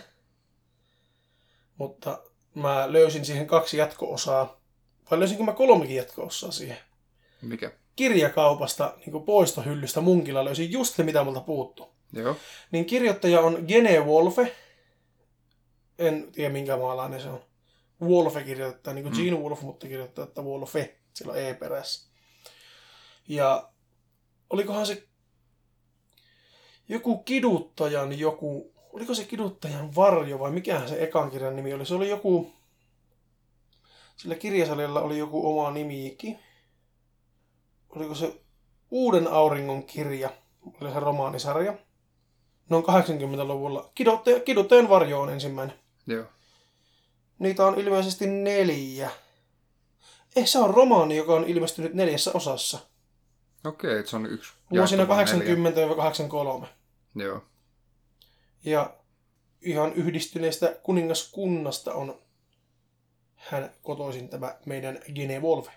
Mutta mä löysin siihen 2 jatko-osaa. Vai löysinkö mä 3 jatko-osaa siihen? Mikä? Kirjakaupasta, niin poistohyllystä munkilla löysin just se, mitä multa puuttuu. Joo. Niin kirjoittaja on Gene Wolfe. En tiedä minkä maalainen se on. Wolfe kirjoittaa, niin kuin Gene Wolfe, mutta kirjoittaa, että Wolfe. Sillä on E perässä. Ja olikohan se joku kiduttajan joku... Oliko se kiduttajan varjo vai mikähän se ekan kirjan nimi oli? Se oli joku... Sillä kirjasalilla oli joku oma nimiikin. Oliko se Uuden auringon kirja? Oli se romaanisarja. Ne on 80-luvulla. Kiduttajan varjo on ensimmäinen. Joo. Niitä on ilmeisesti 4. Se on romaani, joka on ilmestynyt 4 osassa. Okei, se on 1. Vuosina 80-83. Joo. Ja ihan yhdistyneestä kuningaskunnasta on hän kotoisin tämä meidän Gene Wolfe.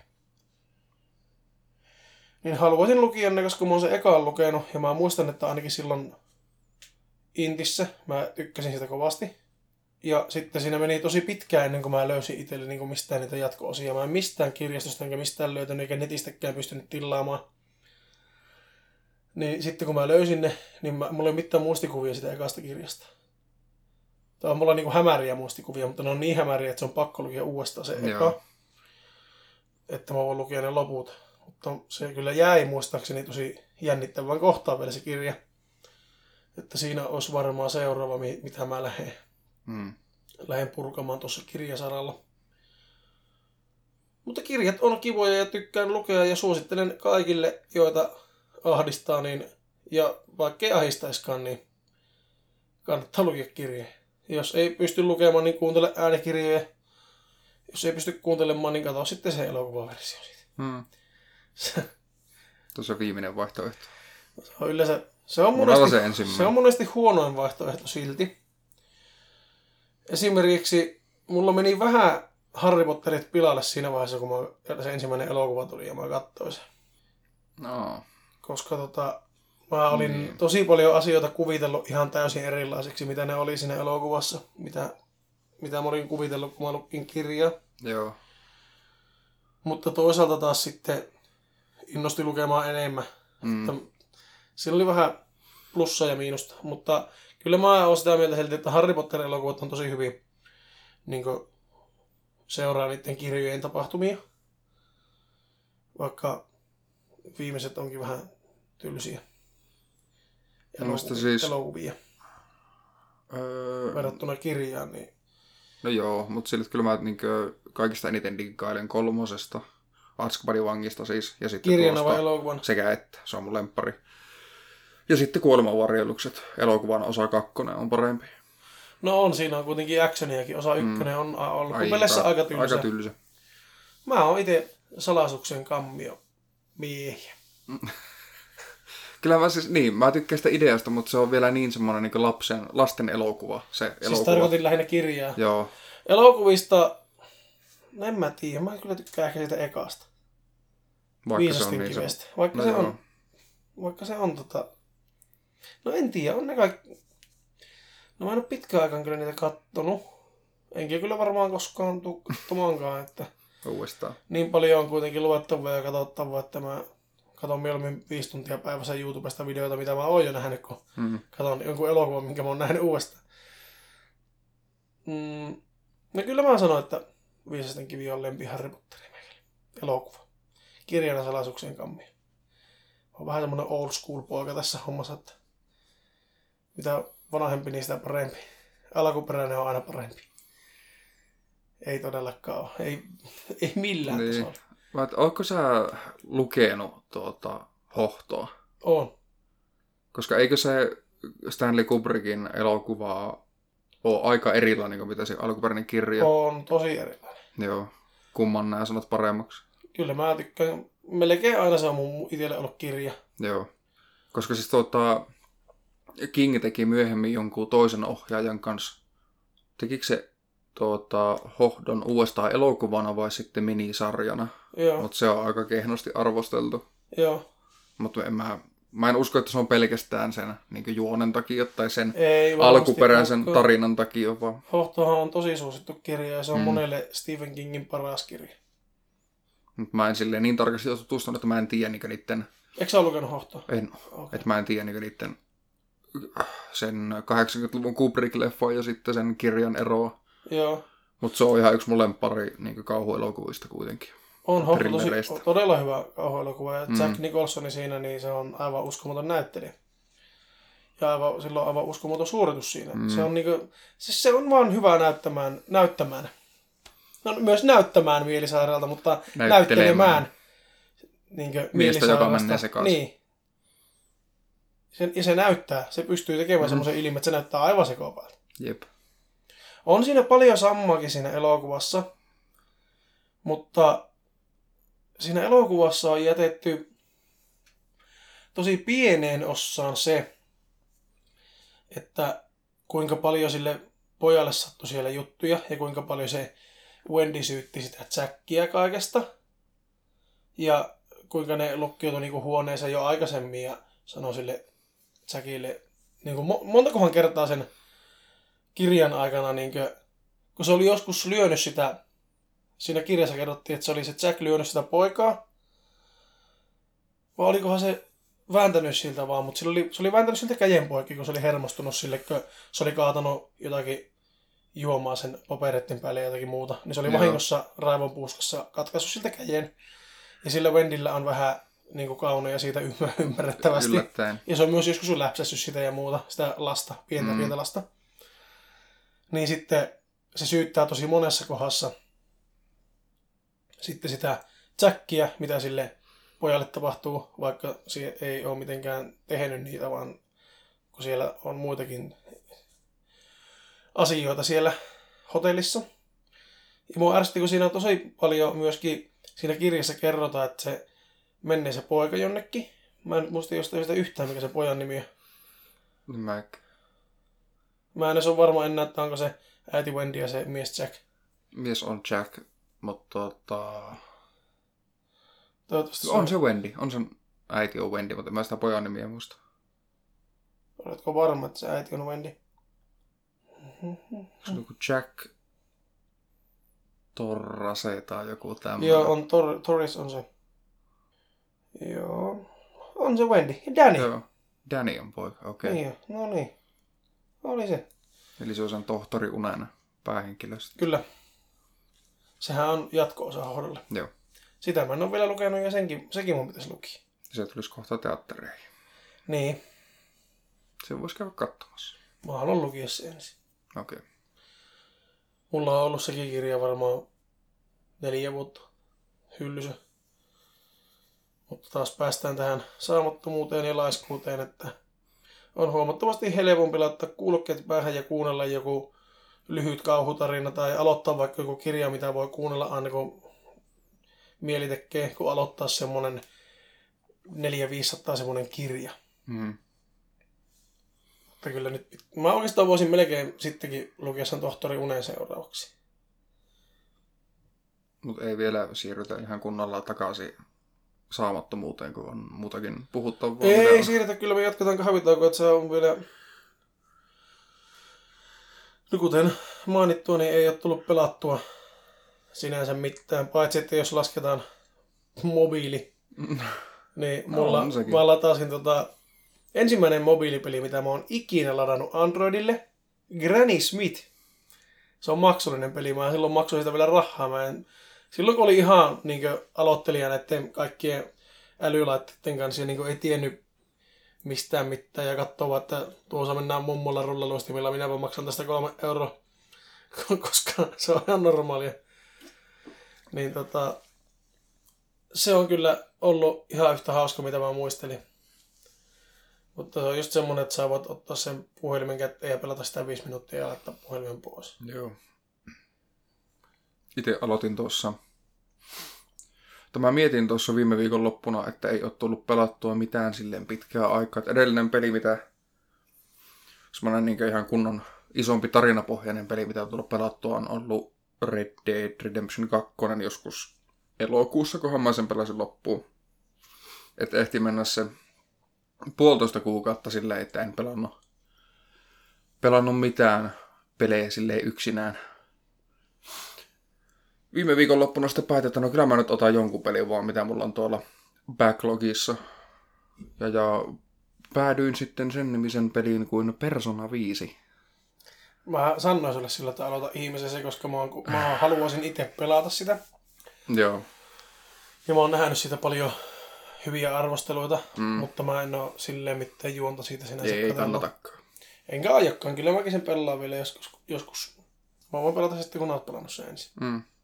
Niin haluaisin lukia ne, koska mä oon sen ekaan lukenut. Ja mä muistan, että ainakin silloin Intissä mä tykkäsin sitä kovasti. Ja sitten siinä meni tosi pitkään ennen kuin mä löysin itselle niin mistään niitä jatko-osia. Mä en mistään kirjastosta enkä mistään löytänyt eikä netistäkään pystynyt tilaamaan. Niin sitten kun mä löysin ne, niin mulla ei ole mitään muistikuvia sitä ekasta kirjasta. Tai on mulla niin kuin hämäriä muistikuvia, mutta ne on niin hämäriä, että se on pakko lukea uudestaan se eka. Että mä voin lukea ne loput. Mutta se kyllä jäi muistaakseni tosi jännittävän kohtaan vielä se kirja. Että siinä olisi varmaan seuraava, mitä mä lähden purkamaan tuossa kirjasaralla. Mutta kirjat on kivoja ja tykkään lukea ja suosittelen kaikille, joita ahdistaa, niin, ja vaikka ei ahdistaiskaan, niin kannattaa lukea kirjoja. Jos ei pysty lukemaan, niin kuuntele äänikirjoja. Jos ei pysty kuuntelemaan, niin katso sitten se elokuvaversio siitä. Tuossa on viimeinen vaihtoehto. Se on yleensä, se on monesti huonoin vaihtoehto silti. Esimerkiksi mulla meni vähän Harry Potterit pilalle siinä vaiheessa, kun se ensimmäinen elokuva tuli ja mä katsoin sen. No. Koska mä olin tosi paljon asioita kuvitellut ihan täysin erilaisiksi, mitä ne oli siinä elokuvassa. Mitä mä olin kuvitellut, kun mä lukin kirjaa. Joo. Mutta toisaalta taas sitten innosti lukemaan enemmän. Siinä oli vähän plussaa ja miinusta. Mutta kyllä mä oon sitä mieltä silti, että Harry Potter-elokuvat on tosi hyvin niin seuraa niiden kirjojen tapahtumia. Vaikka viimeiset onkin vähän tylsiä elokuvia. Verrattuna kirjaan, niin... No joo, mutta sillä kyllä mä kaikista eniten diggailen 3. Azkabanin vangista siis. Ja sitten kirjana vai elokuvan? Sekä että, se on mun lemppari. Ja sitten Kuolemanvarjelukset, elokuvan osa 2 on parempi. No on, siinä on kuitenkin actioniakin. Osa 1 on ollut peleissä aika tylsä. Mä oon itse Salasuksen kammio miehiä. Kyllä mä tykkään sitä ideasta, mutta se on vielä niin semmoinen niin lasten elokuva. Siis tarkoitin lähinnä kirjaa. Joo. Elokuvista, en mä tiedä, mä kyllä tykkään ehkä siitä ekasta. Vaikka se on niin kivestä. Vaikka se on no en tiedä, on ne kaikki... No mä en ole pitkään aikaan kyllä niitä kattonut. Enkä kyllä varmaan koskaan tule katsomaankaan, että... Uudestaan. Niin paljon on kuitenkin luettavaa ja katsottavaa, että mä katon mieluummin 5 tuntia päivässä YouTubesta videoita, mitä mä oon jo nähnyt, kun katon jonkun elokuvan, minkä mä oon nähnyt uudestaan. No kyllä mä sanon, että Viisasten kivi on lempi Harry Potteri elokuva. Kirjana Salasuksen kammio. On vähän semmonen old school poika tässä hommassa, että mitä vanhempi, niin sitä parempi. Alkuperäinen on aina parempi. Ei todellakaan ole. Ei millään niin. tasolla. Ootko sä lukenut Hohtoa? On. Koska eikö se Stanley Kubrickin elokuva ole aika erilainen kuin mitä se alkuperäinen kirja? On tosi erilainen. Joo. Kumman nää sanot paremmaksi? Kyllä mä tykkään. Melkein aina se on mun itselle ollut kirja. Joo. Koska siis King teki myöhemmin jonkun toisen ohjaajan kanssa. Tekikö se Hohdon uudestaan elokuvana vai sitten minisarjana? Joo. Mutta se on aika kehnosti arvosteltu. Joo. Mutta mä en usko, että se on pelkästään sen niin juonen takia tai sen ei, alkuperäisen tarinan takia. Vaan. Hohtohan on tosi suosittu kirja ja se on monelle Stephen Kingin paras kirja. Mut mä en silleen niin tarkasti tutustunut, että mä en tiedä niiden... Eikö sä ole lukenut Hohtoa? En. Okay. Että mä en tiedä niiden sen 80-luvun Kubrick-leffon ja sitten sen kirjan eroa. Joo. Mutta se on ihan yksi mun lemppari niin kauhuelokuvista kuitenkin. On Hohto todella hyvä kauhuelokuva. Ja Jack Nicholson siinä, niin se on aivan uskomaton näyttelijä. Ja sillä on aivan uskomaton suoritus siinä. Se on siis se on vaan hyvä näyttämään. No myös näyttämään mielisairaalta, mutta näyttelemään miestä, joka menee sekaisin. Niin. Ja se näyttää. Se pystyy tekemään semmoisen ilmin, että se näyttää aivan sekopaalta. Jep. On siinä paljon sammaakin siinä elokuvassa, mutta siinä elokuvassa on jätetty tosi pieneen osaan se, että kuinka paljon sille pojalle sattui siellä juttuja ja kuinka paljon se Wendy syytti sitä Jackia kaikesta. Ja kuinka ne lukkiutui niinku huoneeseen jo aikaisemmin ja sanoi sille Jackille, niinku montakohan kertaa sen kirjan aikana, niinku, kun se oli joskus lyönyt sitä, siinä kirjassa kerrottiin, että se oli se Jack lyönyt sitä poikaa. Vai olikohan se vääntänyt siltä vaan, mutta se oli vääntänyt siltä käjenpoikki, kun se oli hermostunut sille, kun se oli kaatanut jotakin juomaa sen paperetten päälle ja jotakin muuta. Niin se oli vahingossa raivonpuuskassa katkaissut siltä käjen. Ja sillä Wendyllä on vähän niin kaunoja siitä ymmärrettävästi. Yllättäen. Ja se on myös joskus läpsässyt sitä ja muuta, sitä lasta, pientä lasta. Niin sitten se syyttää tosi monessa kohdassa sitten sitä Jackia, mitä sille pojalle tapahtuu, vaikka se ei ole mitenkään tehnyt niitä, vaan kun siellä on muitakin asioita siellä hotellissa. Ja mua ärsytti, kun siinä on tosi paljon myöskin siinä kirjassa kerrotaan, että se menee se poika jonnekin. Mä en muista jostain sitä yhtään, mikä se pojan nimi on. Mä en edes ole varma enää, että onko se äiti Wendy ja se mies Jack. Mies on Jack, mutta toivottavasti on se Wendy. On sen äiti on Wendy, mutta mä sitä pojan nimiä muista. Oletko varma, että se äiti on Wendy? Se on joku Jack Torrase tai joku tämmöinen. Joo, on Torres on se. Joo. On se Wendy. Ja Danny. Joo. Danny on poika, okei. Okay. Niin, no niin. Oli se. Eli se on sen tohtori Unen päähenkilöstä. Kyllä. Sehän on jatko-osa Howdalle. Joo. Sitä mä en ole vielä lukenut ja sekin mun pitäisi lukia. Se tulisi kohta teattereihin. Niin. Se voisi käydä katsomassa. Mä haluan lukia se ensin. Okei. Mulla on ollut sekin kirja varmaan 4 vuotta hyllyssä. Mutta taas päästään tähän saamattomuuteen ja laiskuuteen, että on huomattavasti helpompi laittaa kuulokkeet päähän ja kuunnella joku lyhyt kauhutarina tai aloittaa vaikka joku kirja, mitä voi kuunnella aina kun mieli tekee, kun aloittaa semmonen 400-500 semmonen kirja. Mm. Mutta kyllä nyt, mä oikeastaan voisin melkein sittenkin lukea sen tohtori unen seuraavaksi. Mutta ei vielä siirrytä ihan kunnolla takaisin saamattomuuteen, kun on muutakin puhuttavaa. Ei siirrytä, kyllä me jatketaan kahvitaukoa, että se on vielä... No kuten mainittua, niin ei ole tullut pelattua sinänsä mitään, paitsi että jos lasketaan mobiili, niin mulla mä latasin ensimmäinen mobiilipeli, mitä mä oon ikinä ladannut Androidille, Granny Smith. Se on maksullinen peli, mä silloin maksoin sitä vielä rahaa. Silloin kun oli ihan niin aloittelija näiden kaikkien älylaitteiden kanssa ja niin ei tiennyt mistään mitään ja katsoo, että tuossa mennään mummolla rullaluistimilla, minäpä maksan tästä 3 euroa, koska se on ihan normaalia. Niin se on kyllä ollut ihan yhtä hauska, mitä mä muistelin. Mutta se on just semmonen, että sä voit ottaa sen puhelimen kätteen ja pelata sitä 5 minuuttia ja laittaa puhelimen pois. Joo. Itse aloitin tuossa. Mä mietin tuossa viime viikon loppuna, että ei ole tullut pelattua mitään silleen pitkää aikaa. Et edellinen peli, mitä semmoinen niin ihan kunnon isompi tarinapohjainen peli, mitä on tullut pelattua, on ollut Red Dead Redemption 2 joskus elokuussa, kunhan mä sen pelasin loppuun. Että ehti mennä se 1,5 kuukautta silleen, että en pelannut mitään pelejä silleen yksinään. Viime viikon loppuna sitten päätin, että no kyllä mä nyt otan jonkun pelin vaan, mitä mulla on tuolla backlogissa. Ja päädyin sitten sen nimisen peliin kuin Persona 5. Mä sanoin sulle sillä, että aloita ihmisessä, koska mä haluaisin itse pelata sitä. Joo. Ja mä oon nähnyt siitä paljon hyviä arvosteluita, mutta mä en oo silleen mitään juonta siitä sinänsä. Ei kannatakaan. Enkä aiokkaan, kyllä mäkin sen pelaan vielä joskus. Mä voin pelata sitten, kun oot pelannut sen ensin.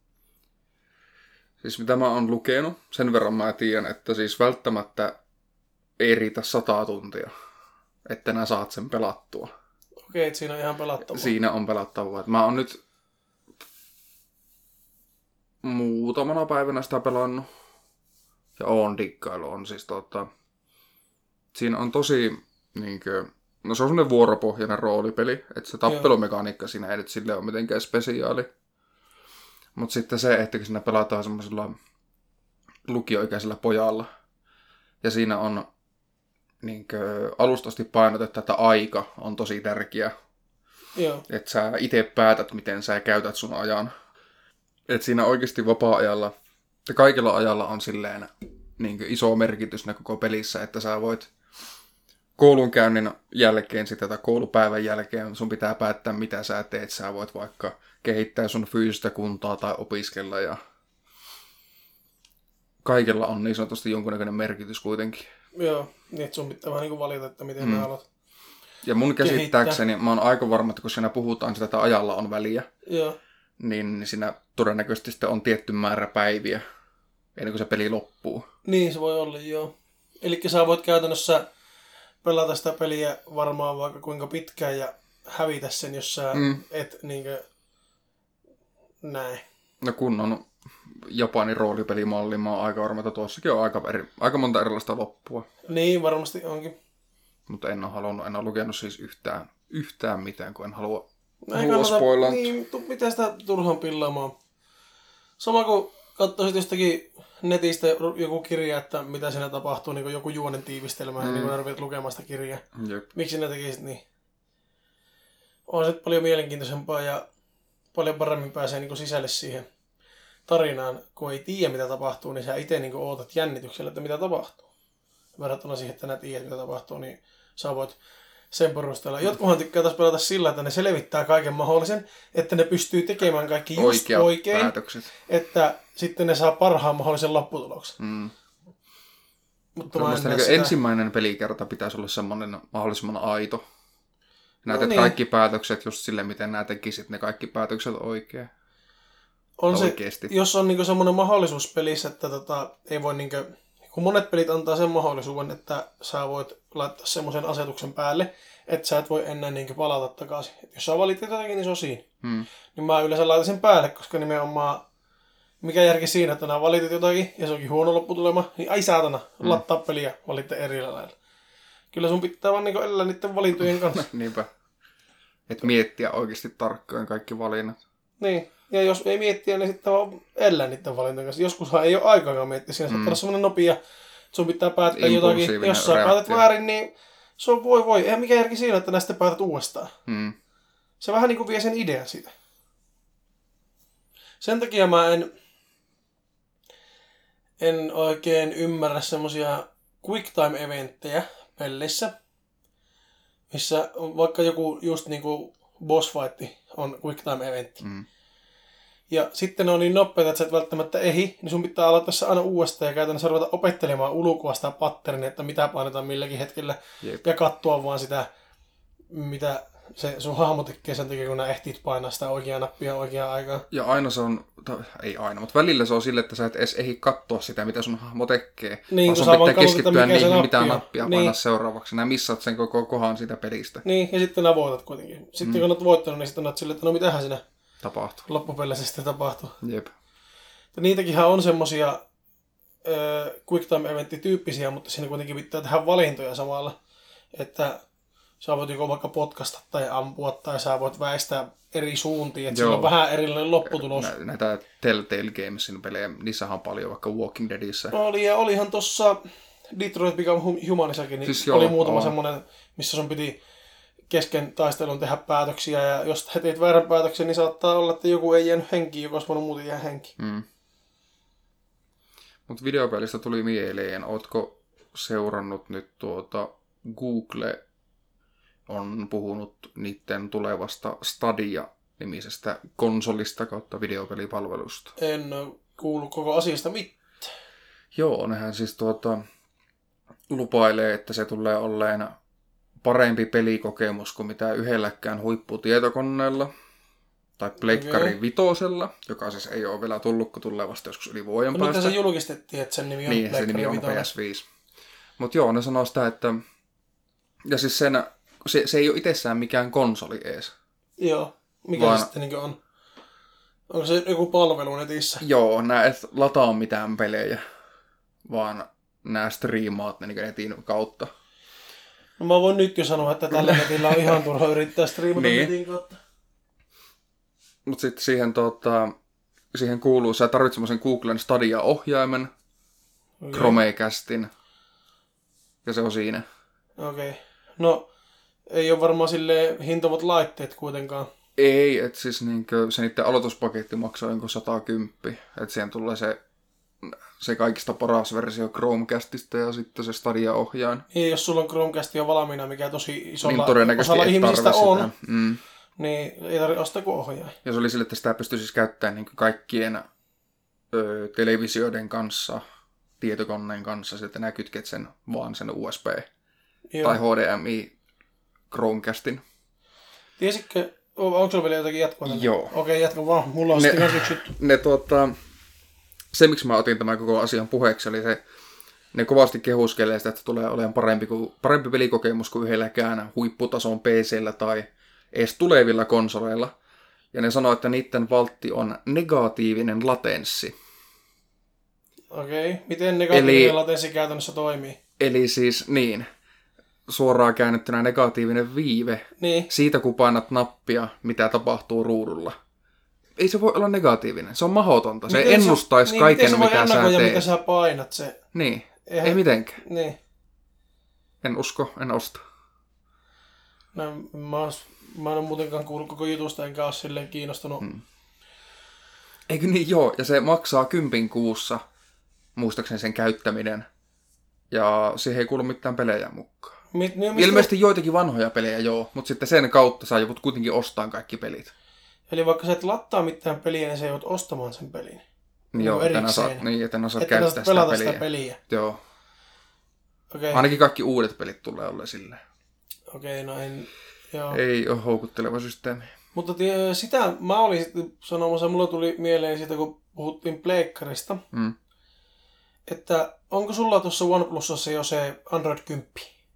Siis mitä mä oon lukenut, sen verran mä tiedän, että siis välttämättä ei riitä 100 tuntia, että nää saat sen pelattua. Okei, että siinä on ihan pelattavaa. Siinä on pelattavaa. Mä oon nyt muutamana päivänä sitä pelannut. Ja oon dikkailu. On siis siinä on tosi niinkö... No se on semmonen vuoropohjainen roolipeli. Että se tappelumekaniikka siinä ei nyt silleen ole mitenkään spesiaali. Mutta sitten se, että siinä pelataan semmoisella lukioikäisellä pojalla. Ja siinä on niinkö alusta asti painotettu, että aika on tosi tärkeä. Joo. Että sä itse päätät, miten sä käytät sun ajan. Että siinä oikeasti vapaa-ajalla, ja kaikilla ajalla on silleen niinkö iso merkitys ne koko pelissä, että sä voit koulunkäynnin jälkeen tai koulupäivän jälkeen sun pitää päättää, mitä sä teet. Sä voit vaikka kehittää sun fyysistä kuntoa tai opiskella ja kaikilla on niin sanotusti jonkunnäköinen merkitys kuitenkin. Joo, niin että sun pitää vähän niin kuin valita, että miten mä haluat. Ja mun käsittääkseni, mä oon aika varma, että kun siinä puhutaan sitä, että ajalla on väliä, joo, niin siinä todennäköisesti sitten on tietty määrä päiviä ennen kuin se peli loppuu. Niin se voi olla, joo. Eli sä voit käytännössä pelata sitä peliä varmaan vaikka kuinka pitkään ja hävitä sen, jos sä et niinkö näin. No kunnon Japanin roolipelimalli, mä oon aika varma, että tuossakin on aika monta erilaista loppua. Niin, varmasti onkin. Mutta en ole lukenut siis yhtään mitään, kun en halua spoilata. Niin, mitä sitä turhaan pillaamaan. Sama kuin katsoisit jostakin netistä joku kirja, että mitä siinä tapahtuu, niin kuin joku juonen tiivistelmä, niin kun arvioit lukemaan sitä kirjaa. Jep. Miksi ne tekisit niin? On se paljon mielenkiintoisempaa ja paljon paremmin pääsee niin kuin sisälle siihen tarinaan, kun ei tiedä mitä tapahtuu, niin sä itse niin kuin ootat jännityksellä, että mitä tapahtuu. Verrattuna siihen, että nää tiedät mitä tapahtuu, niin sä voit sen perusteella. Jotkuhan tykkää taas pelata sillä, että ne selvittää kaiken mahdollisen, että ne pystyy tekemään kaikki just oikein, päätökset. että sitten ne saa parhaan mahdollisen lopputuloksen. Mutta ensimmäinen pelikerta pitäisi olla semmoinen mahdollisimman aito. Näytät kaikki päätökset just sille, miten nää tekisit ne kaikki päätökset oikein. On oikeasti. Jos on niinku semmoinen mahdollisuus pelissä, että ei voi niinku, kun monet pelit antaa sen mahdollisuuden, että sä voit laittaa semmoisen asetuksen päälle, että sä et voi enää niinku palata takaisin. Et jos sä valitit jotakin, niin se on siinä. Niin mä yleensä laitan sen päälle, koska nimenomaan mikä järki siinä, että nää valitit jotakin ja se onkin huono lopputulema, niin ai saatana, lattaa peliä, valitte eri lailla. Kyllä sun pitää vaan niinku elää niiden valintojen kanssa. Niinpä. Et miettiä oikeasti tarkkaan kaikki valinnat. Niin. Ja jos ei miettiä, niin sitten vaan elää niiden valintojen kanssa. Joskushan ei ole aikaakaan miettiä. Siinä saattaa olla semmoinen nopea, että sun pitää päättää jotakin. Jos sä päätät väärin, niin se on voi. Eihän mikä järki siinä, että näistä päätät uudestaan. Se vähän niin kuin vie sen idean siitä. Sen takia mä en oikein ymmärrä semmosia quick time eventtejä pelleissä, missä vaikka joku just niinku boss fight on quick time eventti. Ja sitten ne on niin nopeita, että sä et välttämättä ehdi, niin sun pitää aloittaa se aina uudestaan ja käytännössä ruveta opettelemaan ulkoa sitä patternia, että mitä painetaan milläkin hetkellä. Jep. Ja katsoa vaan sitä, mitä se sun hahmo tekee sen takia, kun nää ehtit painaa sitä oikeaa nappia oikeaan aikaan. Ja aina se on, ei aina, mutta välillä se on sille, että sä et edes ehdi katsoa sitä, mitä sun hahmo tekee. Niin, vaan sun pitää keskittyä niihin, mitä nappia painaa seuraavaksi. Nää missaat sen koko kohan siitä pelistä. Niin, ja sitten nää voitat kuitenkin. Sitten kun olet voittanut, niin sitten olet silleen, että no mitähän siinä tapahtuu. Loppupeleissä sitten tapahtuu. Jep. Ja niitäkinhän on semmosia quick time eventti-tyyppisiä, mutta siinä kuitenkin pitää tehdä valintoja samalla. Että sä voit joko vaikka potkasta tai ampua tai sä voit väistää eri suuntiin, että sillä on vähän erilainen lopputulos. Näitä Telltale Gamesin pelejä, niissähän on paljon vaikka Walking Deadissä. Oli ja olihan tossa Detroit Become Humanissakin, niin siis oli muutama semmonen, missä sun piti kesken taistelun tehdä päätöksiä ja jos he teit väärän päätöksen, niin saattaa olla, että joku ei jäänyt henkiin, joka olisi voinut muuten jää henkiin. Mutta videopelistä tuli mieleen, ootko seurannut nyt Google on puhunut niiden tulevasta Stadia-nimisestä konsolista kautta videopelipalvelusta. En ole kuullut koko asiasta mitään. Joo, nehän siis lupailee, että se tulee olleen parempi pelikokemus kuin mitä yhdelläkään huipputietokoneella tai Pleikkari Vitosella, joka siis ei ole vielä tullut, kun tulee vasta joskus yli vuoden päästä. Mutta se julkistettiin, että sen nimi on Pleikkari Vitoinen. Niin, se nimi on PS5. Mutta joo, ne sanoo sitä, että ja siis se ei ole itsessään mikään konsoli ees. Joo, mikä se sitten on? Onko se joku palvelu netissä? Joo, nää et lataa mitään pelejä, vaan nää striimaat ne netin kautta. No mä voin nyt jo sanoa, että tällä netillä on ihan turha yrittää striimata netin kautta. Mut sitten siihen kuuluu, sä tarvitset semmoisen Googlen Stadia-ohjaimen, Chromecastin, ja se on siinä. Okei. No, ei ole varmaan silleen hintavat laitteet kuitenkaan. Ei, että siis se niiden aloituspaketti maksaa jonkun 110. Että siihen tulee se kaikista paras versio Chromecastista ja sitten se Stadia-ohjain. Niin, jos sulla on Chromecast jo valmiina, mikä tosi isolla osalla ihmisistä on, niin ei tarvitse ostaa kuin ohjaaja. Ja se oli sille, että sitä pystyy siis käyttämään niin kaikkien televisioiden kanssa, tietokoneen kanssa, sitten nää kytket sen vaan sen USB tai HDMI Chromecastin. Tiesitkö, onko sulla vielä jotakin jatkoa? Joo. Okei, jatka vaan. Mulla on sitten yksi juttu. Se, miksi mä otin tämän koko asian puheeksi, oli se, ne kovasti kehuskelee sitä, että tulee olemaan parempi pelikokemus kuin yhdelläkään huipputason PC:llä tai edes tulevilla konsoleilla. Ja ne sanoo, että niiden valtti on negatiivinen latenssi. Okei. Miten negatiivinen latenssi käytännössä toimii? Eli siis suoraan käännettynä negatiivinen viive siitä, kun painat nappia, mitä tapahtuu ruudulla. Ei se voi olla negatiivinen. Se on mahdotonta. Se ennustaisi kaiken, mitä sä teet. Mitä sä painat se. Niin. Ei mitenkään. Niin. En usko, en osta. No, mä en ole muutenkaan kuullut koko jutusta, enkä ole silleen kiinnostunut. Eikö niin? Joo. Ja se maksaa 10 kuussa, muistaakseni sen käyttäminen. Ja siihen ei kuulu mitään pelejä mukaan. Ilmeisesti joitakin vanhoja pelejä joo, mutta sitten sen kautta saa joudut kuitenkin ostamaan kaikki pelit. Eli vaikka sä et lattaa mitään peliä, niin sä joudut ostamaan sen pelin. Joo, etten osaa käyttää sitä peliä. Joo. Okay. Ainakin kaikki uudet pelit tulee olemaan silleen. Okei, no en... Joo. Ei ole houkutteleva systeemi. Mutta sitä mä olin sitten sanomassa, mulla tuli mieleen siitä, kun puhuttiin pleikkarista, että onko sulla tuossa OnePlusassa jo se Android 10?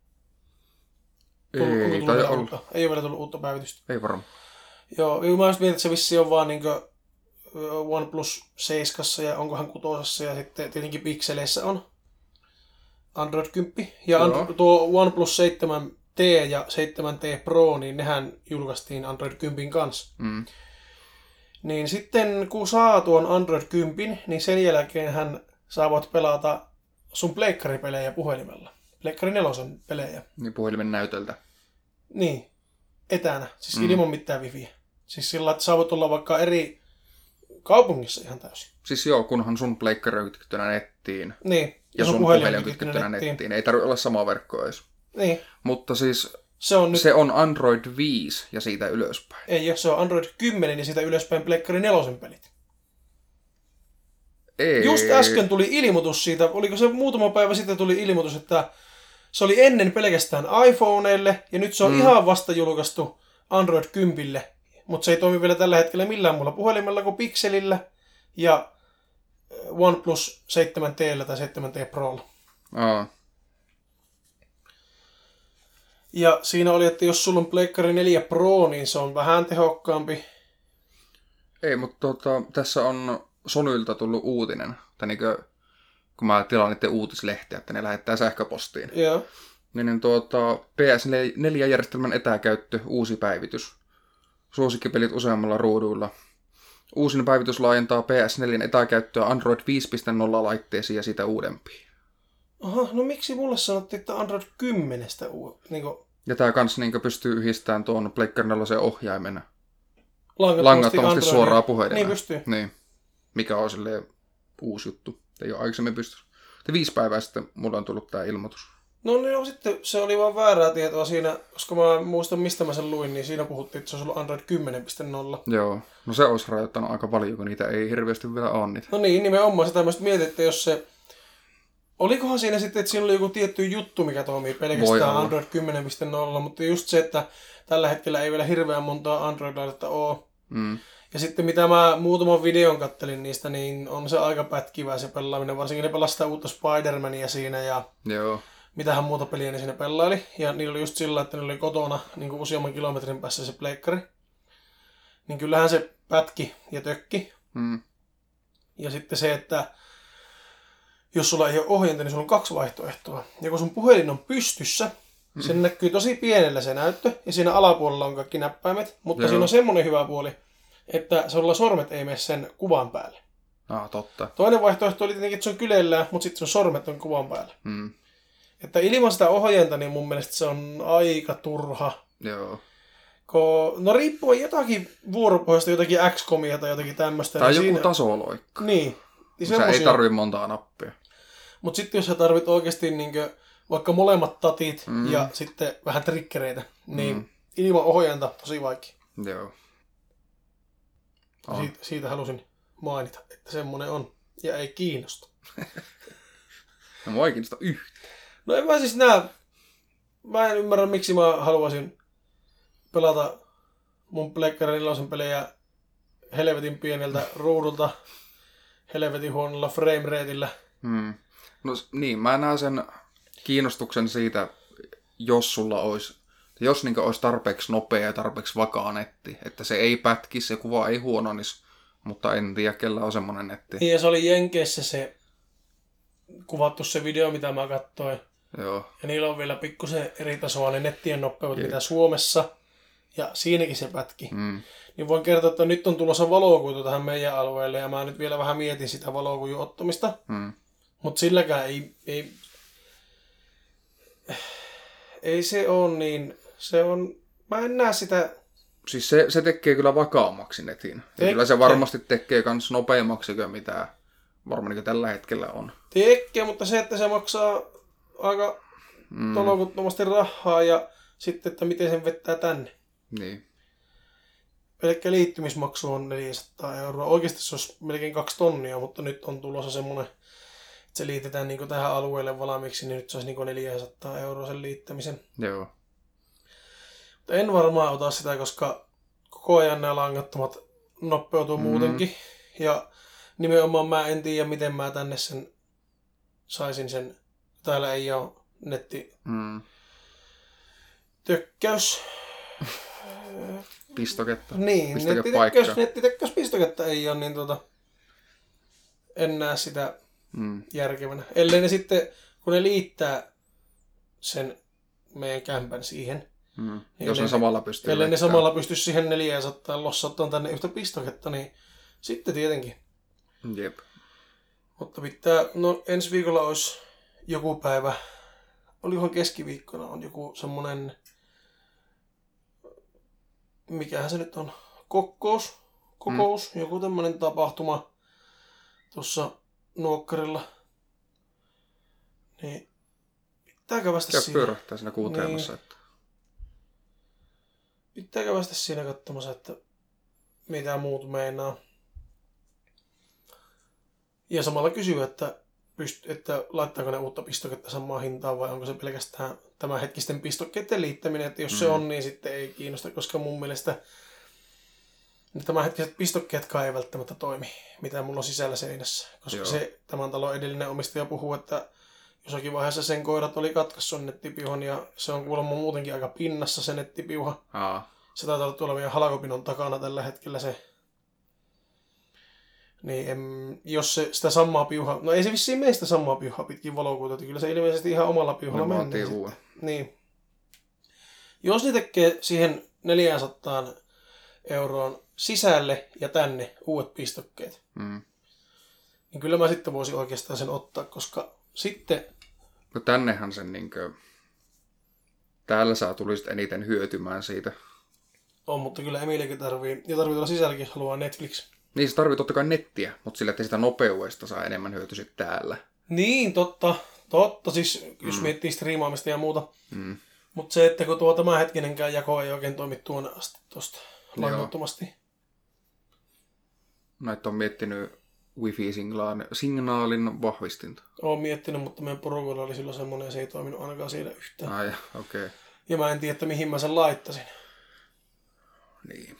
Ei tai ollut. Ei ole vielä tullut uutta päivitystä. Ei varmaan. Joo, mä just mietin, että se vissiin on vaan niinkö OnePlus 7 ja onkohan 6 ja sitten tietenkin pikseleissä on Android 10. Ja tuo OnePlus 7T ja 7T Pro, niin nehän julkaistiin Android 10 kanssa. Niin sitten kun saa tuon Android 10, niin sen jälkeen hän saavat pelata sun pleikkaripelejä puhelimella. Pleikkari 4 pelejä. Niin puhelimen näytöltä. Niin, etänä. Siis ilman mitään wifiä. Siis sillä, että saavat olla vaikka eri kaupungissa ihan täysin. Siis joo, kunhan sun pleikkari on kytkettynä nettiin. Niin. Ja sun puhelin on kytkettynä nettiin. Ei tarvitse olla sama verkko edes. Niin. Mutta siis se on Android 5 ja siitä ylöspäin. Ei, se on Android 10 ja siitä ylöspäin pleikkari 4 pelit. Ei. Just äsken tuli ilmoitus siitä, oliko se muutama päivä sitten tuli ilmoitus, että se oli ennen pelkästään iPhoneille ja nyt se on ihan vasta julkaistu Android 10. Mutta se ei toimi vielä tällä hetkellä millään muulla puhelimella kuin Pixelillä ja OnePlus 7T tai 7T Prolla. Ja siinä oli, että jos sulla on Pleikkari 4 Pro, niin se on vähän tehokkaampi. Ei, mutta tässä on Sonylta tullut uutinen. Tai niinkö, kun mä tilaan niiden uutislehtiä, että ne lähettää sähköpostiin. Joo. Niin PS4-järjestelmän etäkäyttö, uusi päivitys. Suosikkipelit useammalla ruuduilla. Uusin päivitys laajentaa PS4 etäkäyttöä Android 5.0 laitteisiin ja sitä uudempiin. Aha, no miksi mulle sanottiin, että Android 10 niinku... Ja tää kans niinku pystyy yhdistämään tuon Pleikkari 4 ohjaimen langattomasti suoraan puhelimeen. Niin pystyy. Niin. Mikä on silleen uusi juttu. Ei ole aikaisemmin pystynyt. 5 päivää sitten mulla on tullut tää ilmoitus. No sitten se oli vaan väärää tietoa siinä, koska mä muistan mistä mä sen luin, niin siinä puhuttiin, että se olisi ollut Android 10.0. Joo, no se olisi rajoittanut aika paljon, kun niitä ei hirveästi vielä ole niitä. No niin, nimenomaan sitä mä mietin, että jos se... Olikohan siinä sitten, että siinä oli joku tietty juttu, mikä toimii pelkästään Android 10.0, mutta just se, että tällä hetkellä ei vielä hirveän montaa Android-laitetta ole. Ja sitten mitä mä muutaman videon kattelin niistä, niin on se aika pätkivää se pelaaminen, varsinkin ne pelasi sitä uutta Spider-Mania siinä ja... Joo. Mitähän muuta peliä ne siinä pelaili. Ja niillä oli just sillä, että ne oli kotona niin kuin useamman kilometrin päässä se pleikkari. Niin kyllähän se pätki ja tökki. Ja sitten se, että jos sulla ei ole ohjainta, niin sulla on 2 vaihtoehtoa. Ja kun sun puhelin on pystyssä, sen näkyy tosi pienellä se näyttö. Ja siinä alapuolella on kaikki näppäimet. Mutta siinä on semmoinen hyvä puoli, että sulla sormet ei mene sen kuvan päälle. Totta. Toinen vaihtoehto oli tietenkin, että se on kyleellään, mutta sitten sun sormet on kuvan päällä. Että ilman sitä ohjainta, niin mun mielestä se on aika turha. Joo. No riippuu jotakin vuoropohjasta, jotakin XCOMia tai jotakin tämmöistä. Tai niin joku siinä... tasoloikka. Niin. Sä ei tarvitse montaa nappia. Mutta sitten jos sä tarvit oikeasti niinkö, vaikka molemmat tatit ja sitten vähän triggereitä, niin ilman ohjainta tosi vaikea. Joo. Siitä halusin mainita, että semmoinen on. Ja ei kiinnosta. No mua ei kiinnosta yhtään. No en mä siis mä en ymmärrä miksi mä haluaisin pelata mun Pleikkari 4 pelejä helvetin pieneltä ruudulta, helvetin huonolla framerateillä. No niin, mä näen sen kiinnostuksen siitä, jos sulla olisi, jos niinku olisi tarpeeksi nopea ja tarpeeksi vakaa netti, että se ei pätkisi, se kuva ei huononisi, mutta en tiedä, kellä on semmoinen netti. Niin, ja se oli Jenkeissä se kuvattu se video, mitä mä katsoin. Joo. Ja niillä on vielä pikkusen eri tasoa ne nettien nopeudet, mitä Suomessa. Ja siinäkin se pätki. Niin voin kertoa, että nyt on tulossa valokuitu tähän meidän alueelle. Ja mä nyt vielä vähän mietin sitä valokuidun ottamista. Mutta silläkään ei se ole niin... Se on... Mä en näe sitä... Siis se tekee kyllä vakaammaksi netin. Ja kyllä se varmasti tekee myös nopeammaksi kuin mitä varmaan niin tällä hetkellä on. Tekee, mutta se, että se maksaa aika tolokuttomasti rahaa ja sitten, että miten sen vettää tänne. Niin. Pelkkä liittymismaksu on 400 €. Oikeasti se olisi melkein 2 tonnia, mutta nyt on tulossa semmoinen, että se liitetään niin tähän alueelle valmiiksi, niin nyt se olisi niin 400 € sen liittämisen. Joo. Mutta en varmaan ota sitä, koska koko ajan nämä langattomat nopeutuu muutenkin. Ja nimenomaan mä en tiedä, miten mä tänne sen saisin sen. Täällä ei ole tökkäys. Pistoketta. Niin, nettitökkäys pistoketta ei ole, niin en näe sitä järkevänä. Ellei ne sitten, kun ne liittää sen meidän kämpän siihen. Niin jos ne samalla pystyy. Ellei ne samalla pysty siihen 400 lossattaan tänne yhtä pistoketta, niin sitten tietenkin. Jep. Mutta pitää, ensi viikolla olisi joku päivä, olikohan keskiviikkona on joku semmonen, mikähän se nyt on, kokous, joku tämmönen tapahtuma tuossa Nuokkarilla. Niin pitää kävästä siinä. Pyörähtää siinä kuuteemassa. Niin. Pitää kävästä siinä katsomassa, että mitä muut meinaa. Ja samalla kysyä, että laittaako ne uutta pistoketta samaan hintaan vai onko se pelkästään tämänhetkisten pistokkeiden liittäminen. Että jos se on, niin sitten ei kiinnosta, koska mun mielestä tämänhetkiset pistokkeetkaan ei välttämättä toimi, mitä mulla on sisällä seinässä. Koska se tämän talon edellinen omistaja puhuu, että jossakin vaiheessa sen koirat oli katkaissut nettipiuhan ja se on kuulemma muutenkin aika pinnassa se nettipiuha. Se taitaa olla tuolla meidän halkopinon takana tällä hetkellä se. Niin jos se sitä samaa piuhaa, no ei se vissiin meistä samaa piuhaa pitkin valokuuta, kyllä se ilmeisesti ihan omalla piuhalla menee. Niin. Jos ne tekee siihen 400 € sisälle ja tänne uudet pistokkeet, niin kyllä mä sitten voisin oikeastaan sen ottaa, koska sitten... No tännehän sen täällä sä tulisit eniten hyötymään siitä. On, mutta kyllä Emiliäkin tarvii tuolla sisälläkin, jos haluaa Netflix. Niin, se tarvii totta kai nettiä, mutta sillä, että sitä nopeudesta saa enemmän hyöty sitten täällä. Niin, totta, siis jos miettii striimaamista ja muuta. Mutta se, että kun tämänhetkinenkään jako ei oikein toimi tuonne asti tuosta langattomasti. Näitä on miettinyt Wi-Fi-signaalin vahvistinta. Olen miettinyt, mutta meidän porukalla oli silloin semmoinen, ja se ei toiminut ainakaan siinä yhtään. Ai, okei. Ja mä en tiedä, että mihin mä sen laittaisin. Niin.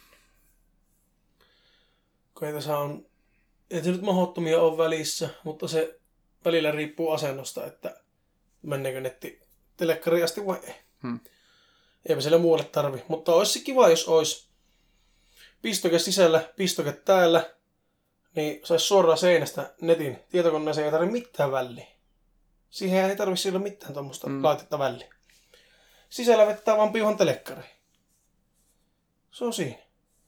Kun ei se nyt mahdottomia ole välissä, mutta se välillä riippuu asennosta, että menneekö netti telekkariin asti vai ei. Eipä siellä muualle tarvi. Mutta olisi se kiva, jos olisi pistoke sisällä, pistoke täällä, niin saisi suoraan seinästä netin tietokoneeseen, ei tarvitse mitään väliä. Siihen ei tarvitse sillä mitään tuommoista laitetta väliä. Sisällä vettää vaan piuhan telekkariin. Se on siinä.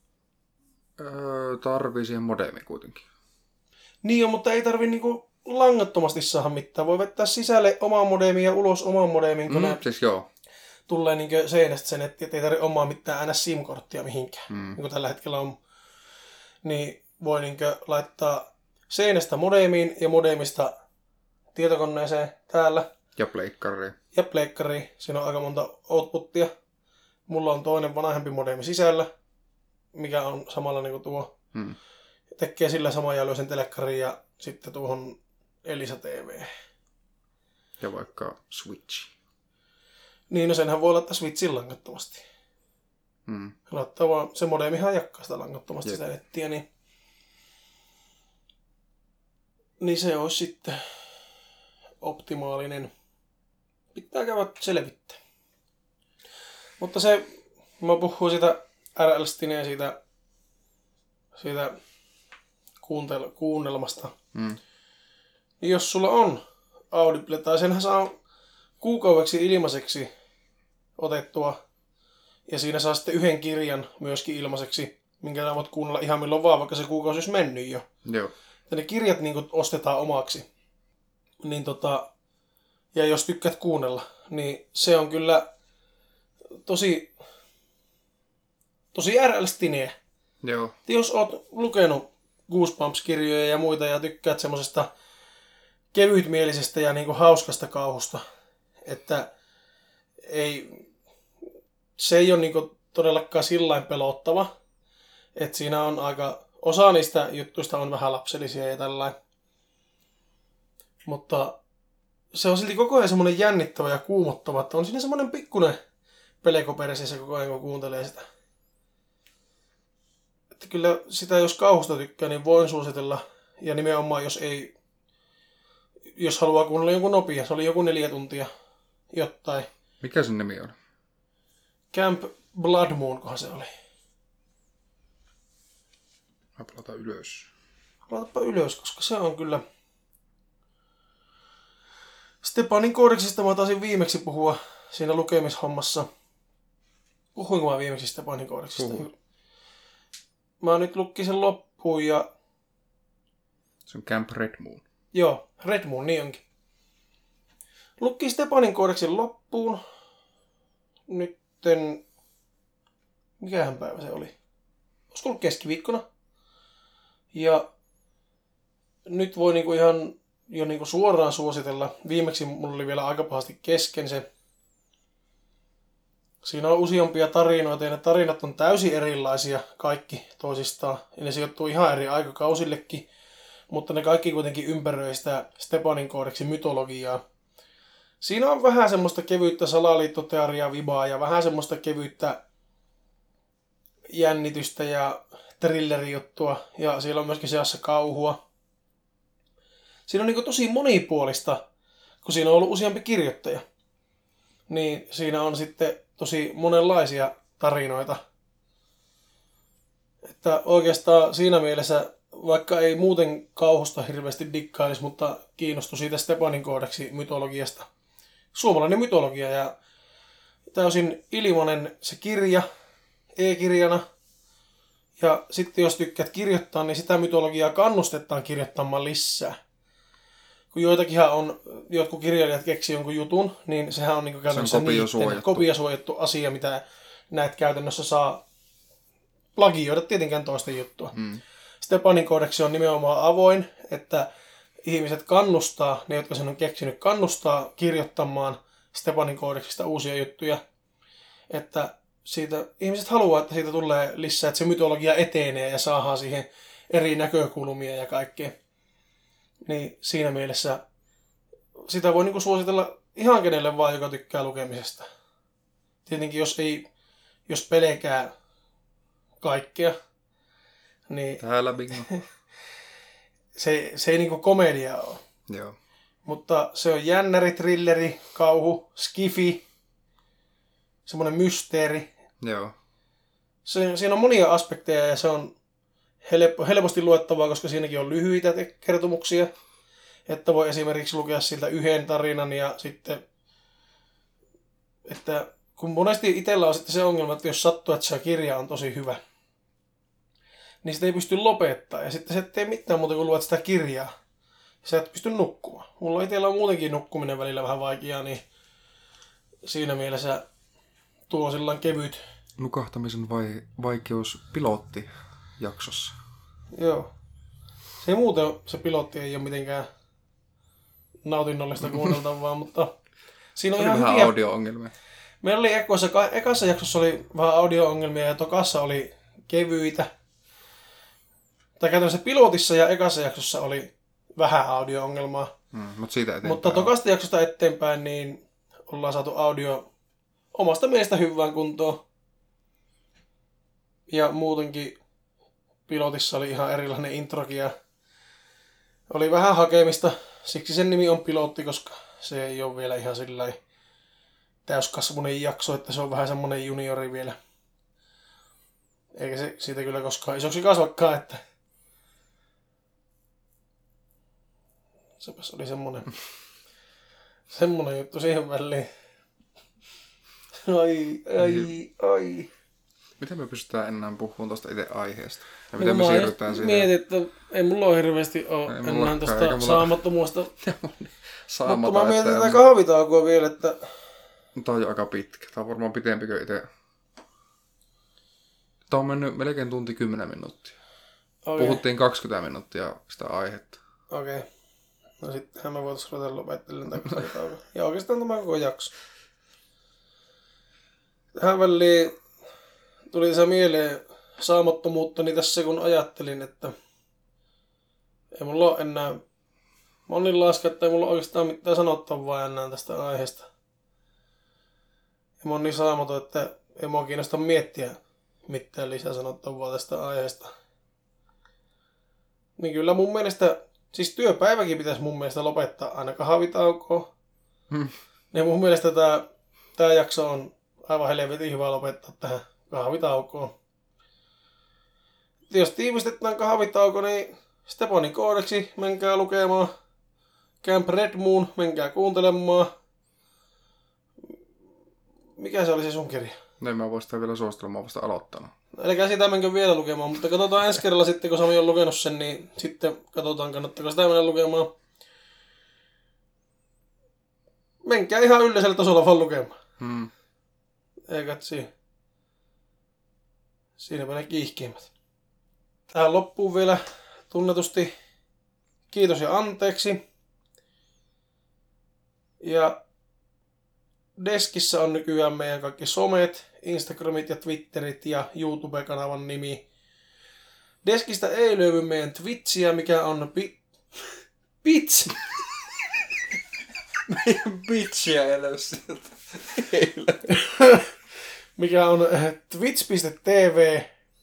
Tarvii siihen modemi kuitenkin. Niin on, mutta ei tarvi langattomasti saada mitään. Voi vettää sisälle oman modemin ja ulos oman modemin, kun siis joo. Tulee seinästä se netti, että ei tarvitse omaa mitään NS-SIM-korttia mihinkään, niin kuin tällä hetkellä on. Niin voi laittaa seinästä modemiin ja modemista tietokoneeseen täällä. Ja pleikkariin. Siinä on aika monta outputtia. Mulla on toinen vanhempi modemi sisällä, mikä on samalla niin kuin tuo. Tekee sillä saman ja lyö sen telekkariin ja sitten tuohon Elisa TV. Ja vaikka Switch. Niin, no senhän voi laittaa Switchin langattomasti. Laittaa vaan, se modemihan jakkaa sitä langattomasti sitä nettiä, niin se olisi sitten optimaalinen. Pitää käydä selvittää. Mutta se, mä puhuin sitä RL-stineen siitä kuunnelmasta. Niin jos sulla on Audible, tai senhän saa kuukaudeksi ilmaiseksi otettua, ja siinä saa sitten yhden kirjan myöskin ilmaiseksi, minkä voit kuunnella ihan milloin vaan, vaikka se kuukausi olisi mennyt jo. Joo. Ja ne kirjat niin ostetaan omaksi. Niin ja jos tykkäät kuunnella, niin se on kyllä tosi RL-stineä. Joo. Jos oot lukenut Goosebumps-kirjoja ja muita ja tykkäät semmosesta kevytmielisestä ja hauskasta kauhusta, että se ei ole niinku todellakaan sillain pelottava. Että siinä on osa niistä juttuista on vähän lapsellisia ja tällainen. Mutta se on silti koko ajan semmoinen jännittävä ja kuumottava, että on siinä semmoinen pikkuinen peleko perseessä koko ajan, kun kuuntelee sitä. Että kyllä sitä, jos kauhusta tykkää, niin voin suositella. Ja nimenomaan, jos haluaa kuunnella jonkun nopea. Se oli joku 4 tuntia jotain. Mikä sen nimi on? Camp Blood Moon, kohan se oli. Mä palataan ylös. Laitapa ylös, koska se on kyllä... Stepanin koodeksista mä taisin viimeksi puhua siinä lukemishommassa. Puhuinko mä viimeksi Stepanin koodeksista? Mä nyt lukkin sen loppuun ja... Se on Camp Red Moon. Joo, Red Moon, niin onkin. Lukkin Stepanin koodeksin loppuun. Nytten... Mikähän päivä se oli? Olisiko ollut keskiviikkona? Ja... Nyt voi niinku ihan... jo niinku suoraan suositella. Viimeksi mulla oli vielä aika pahasti kesken se. Siinä on useampia tarinoita ja ne tarinat on täysin erilaisia kaikki toisistaan. Ja ne sijoittuu ihan eri aikakausillekin. Mutta ne kaikki kuitenkin ympäröi sitä Stepanin koodeksin mytologiaa. Siinä on vähän semmoista kevyyttä salaliittoteoriaa vibaa ja vähän semmoista kevyyttä jännitystä ja thrillerijuttua. Ja siellä on myöskin seassa kauhua. Siinä on niin tosi monipuolista, kun siinä on ollut useampi kirjoittaja. Niin siinä on sitten tosi monenlaisia tarinoita. Että oikeastaan siinä mielessä, vaikka ei muuten kauhusta hirveästi dikkailisi, mutta kiinnostui siitä Stepanin koodeksi mytologiasta. Suomalainen mytologia ja täysin ilmainen se kirja, e-kirjana. Ja sitten jos tykkäät kirjoittaa, niin sitä mytologiaa kannustetaan kirjoittamaan lisää. Kun joitakinhan on, jotkut kirjailijat keksi jonkun jutun, niin sehän on niin käytännössä kopiosuojattu asia, mitä näet käytännössä saa plagioida tietenkään toisten juttua. Stepanin koodeksi on nimenomaan avoin, että ihmiset kannustaa, ne jotka sen on keksinyt, kannustaa kirjoittamaan Stepanin koodeksista uusia juttuja. Että siitä, ihmiset haluaa, että siitä tulee lisää, että se mytologia etenee ja saadaan siihen eri näkökulmia ja kaikkea. Niin siinä mielessä sitä voi niinku suositella ihan kenelle vaan, joka tykkää lukemisesta. Tietenkin jos pelkää kaikkea, niin täällä bingo. se ei niinku komedia ole. Joo. Mutta se on jännäri, thrilleri, kauhu, skifi, semmoinen mysteeri. Joo. Siinä on monia aspekteja ja se on helposti luettavaa, koska siinäkin on lyhyitä kertomuksia. Että voi esimerkiksi lukea siltä yhden tarinan ja sitten, että kun monesti itsellä on sitten se ongelma, että jos sattuu, että se kirja on tosi hyvä, niin sitä ei pysty lopettaa. Ja sitten sä et tee mitään muuta kuin luet sitä kirjaa. Sä et pysty nukkumaan. Mulla itsellä on muutenkin nukkuminen välillä vähän vaikeaa, niin siinä mielessä tuo sellainen kevyt. Nukahtamisen vaikeus pilottijaksossa. Joo. Se pilotti ei ole mitenkään nautinnollista kuunneltavaa, mutta siinä on ihan vähän hyviä audio-ongelmia. Meillä oli ekassa jaksossa oli vähän audio-ongelmia ja tokassa oli kevyitä. Tai käytännössä pilotissa ja ekassa jaksossa oli vähän audio-ongelmaa. Mutta tokasta jaksosta eteenpäin niin ollaan saatu audio omasta mielestä hyvään kuntoon. Ja muutenkin pilotissa oli ihan erilainen introkin ja oli vähän hakemista. Siksi sen nimi on pilotti, koska se ei ole vielä ihan sillä täyskasvunen jakso, että se on vähän semmonen juniori vielä. Eikä se siitä kyllä koskaan isoksi kasvakaan, että sepäs oli semmonen juttu siihen väliin. Ai. Miten me pystytään enää puhumaan tuosta itse aiheesta? Ja miten me siirrytään siihen? Mietin, että ei mulla ole hirveästi ole enää tuosta saamattomuudesta. Mutta mä mietin tätä kahvitaukoa vielä, että tämä on jo aika pitkä. Tämä on varmaan pitempi kuin itse. Tämä on mennyt melkein tunti 10 minuuttia. Okay. Puhuttiin 20 minuuttia sitä aihetta. Okei. No sittenhän me voitaisiin ruveta lopettelemaan tätä kahvitaukoa. Ja oikeastaan tämä koko jakso. Tähän väliin tuli se mieleen saamattomuuttani tässä, kun ajattelin, että ei mulla ole enää, mä oon niin laska, että ei mulla oikeastaan mitään sanottavaa enää tästä aiheesta. Ja mä oon niin saamaton, että ei mua kiinnosta miettiä mitään lisää sanottavaa tästä aiheesta. Niin kyllä mun mielestä, siis työpäiväkin pitäisi mun mielestä lopettaa aina kahvitaukoon. Niin mun mielestä tää jakso on aivan helvetin hyvä lopettaa tähän kahvitaukoon. Jos tiivistetään kahvitauko, niin Stepanin koodeksi menkää lukemaan. Camp Red Moon, menkää kuuntelemaan. Mikä se oli se sun kirja? No en mä voi sitä vielä suositella, mä oon vasta aloittanut. Elikkä sitä menkää vielä lukemaan, mutta katsotaan ensi kerralla sitten, kun Sami on lukenut sen, niin sitten katsotaan, kannattaako sitä mennä lukemaan. Menkää ihan yleisellä tasolla vaan lukemaan. Ei katsi. Siinäpä ne kiihkeimmät. Tähän loppuun vielä tunnetusti kiitos ja anteeksi. Ja Deskissä on nykyään meidän kaikki somet, Instagramit ja Twitterit ja YouTube-kanavan nimi. Deskistä ei löydy meidän Twitchiä, mikä on Bitch. Meidän bitchiä ei löydy sieltä. Mikä on twitch.tv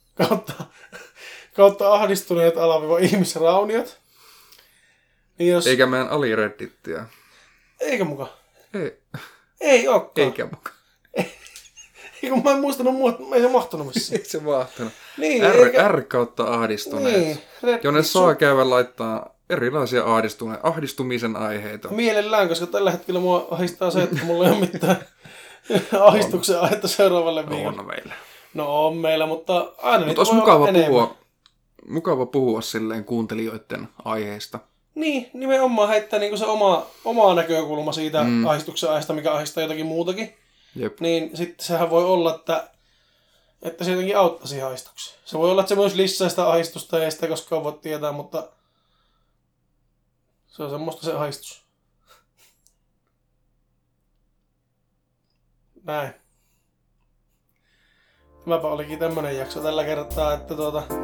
kautta ahdistuneet _ihmisrauniot. Niin jos... Eikä meidän alireddittiä. Eikä muka. Ei. Ei ookaan. Eikä muka. Ei kun mä en muistanut, ei se mahtunut missään. Ei se mahtunut. Niin, R kautta ahdistuneet. Niin, jonne saa käydä laittaa erilaisia ahdistumisen aiheita. Mielellään, koska tällä hetkellä mua ahdistaa se, että mulla ei ole mitään ahdistuksen aihetta seuraavalle viikolle. On meillä. No on meillä, mutta aina niitä olisi voi mukava puhua silleen kuuntelijoiden aiheesta. Niin, nimenomaan heittää niinku se oma näkökulma siitä ahdistuksen aiheesta, mikä ahdistaa jotakin muutakin. Jep. Niin sitten sehän voi olla, että se jotenkin auttaisi ahdistukseen. Se voi olla, että se myös lisää sitä ahdistusta, ei sitä koskaan voi tietää, mutta se on semmoista se ahdistus. Näin. Tämäpä olikin tämmönen jakso tällä kertaa, että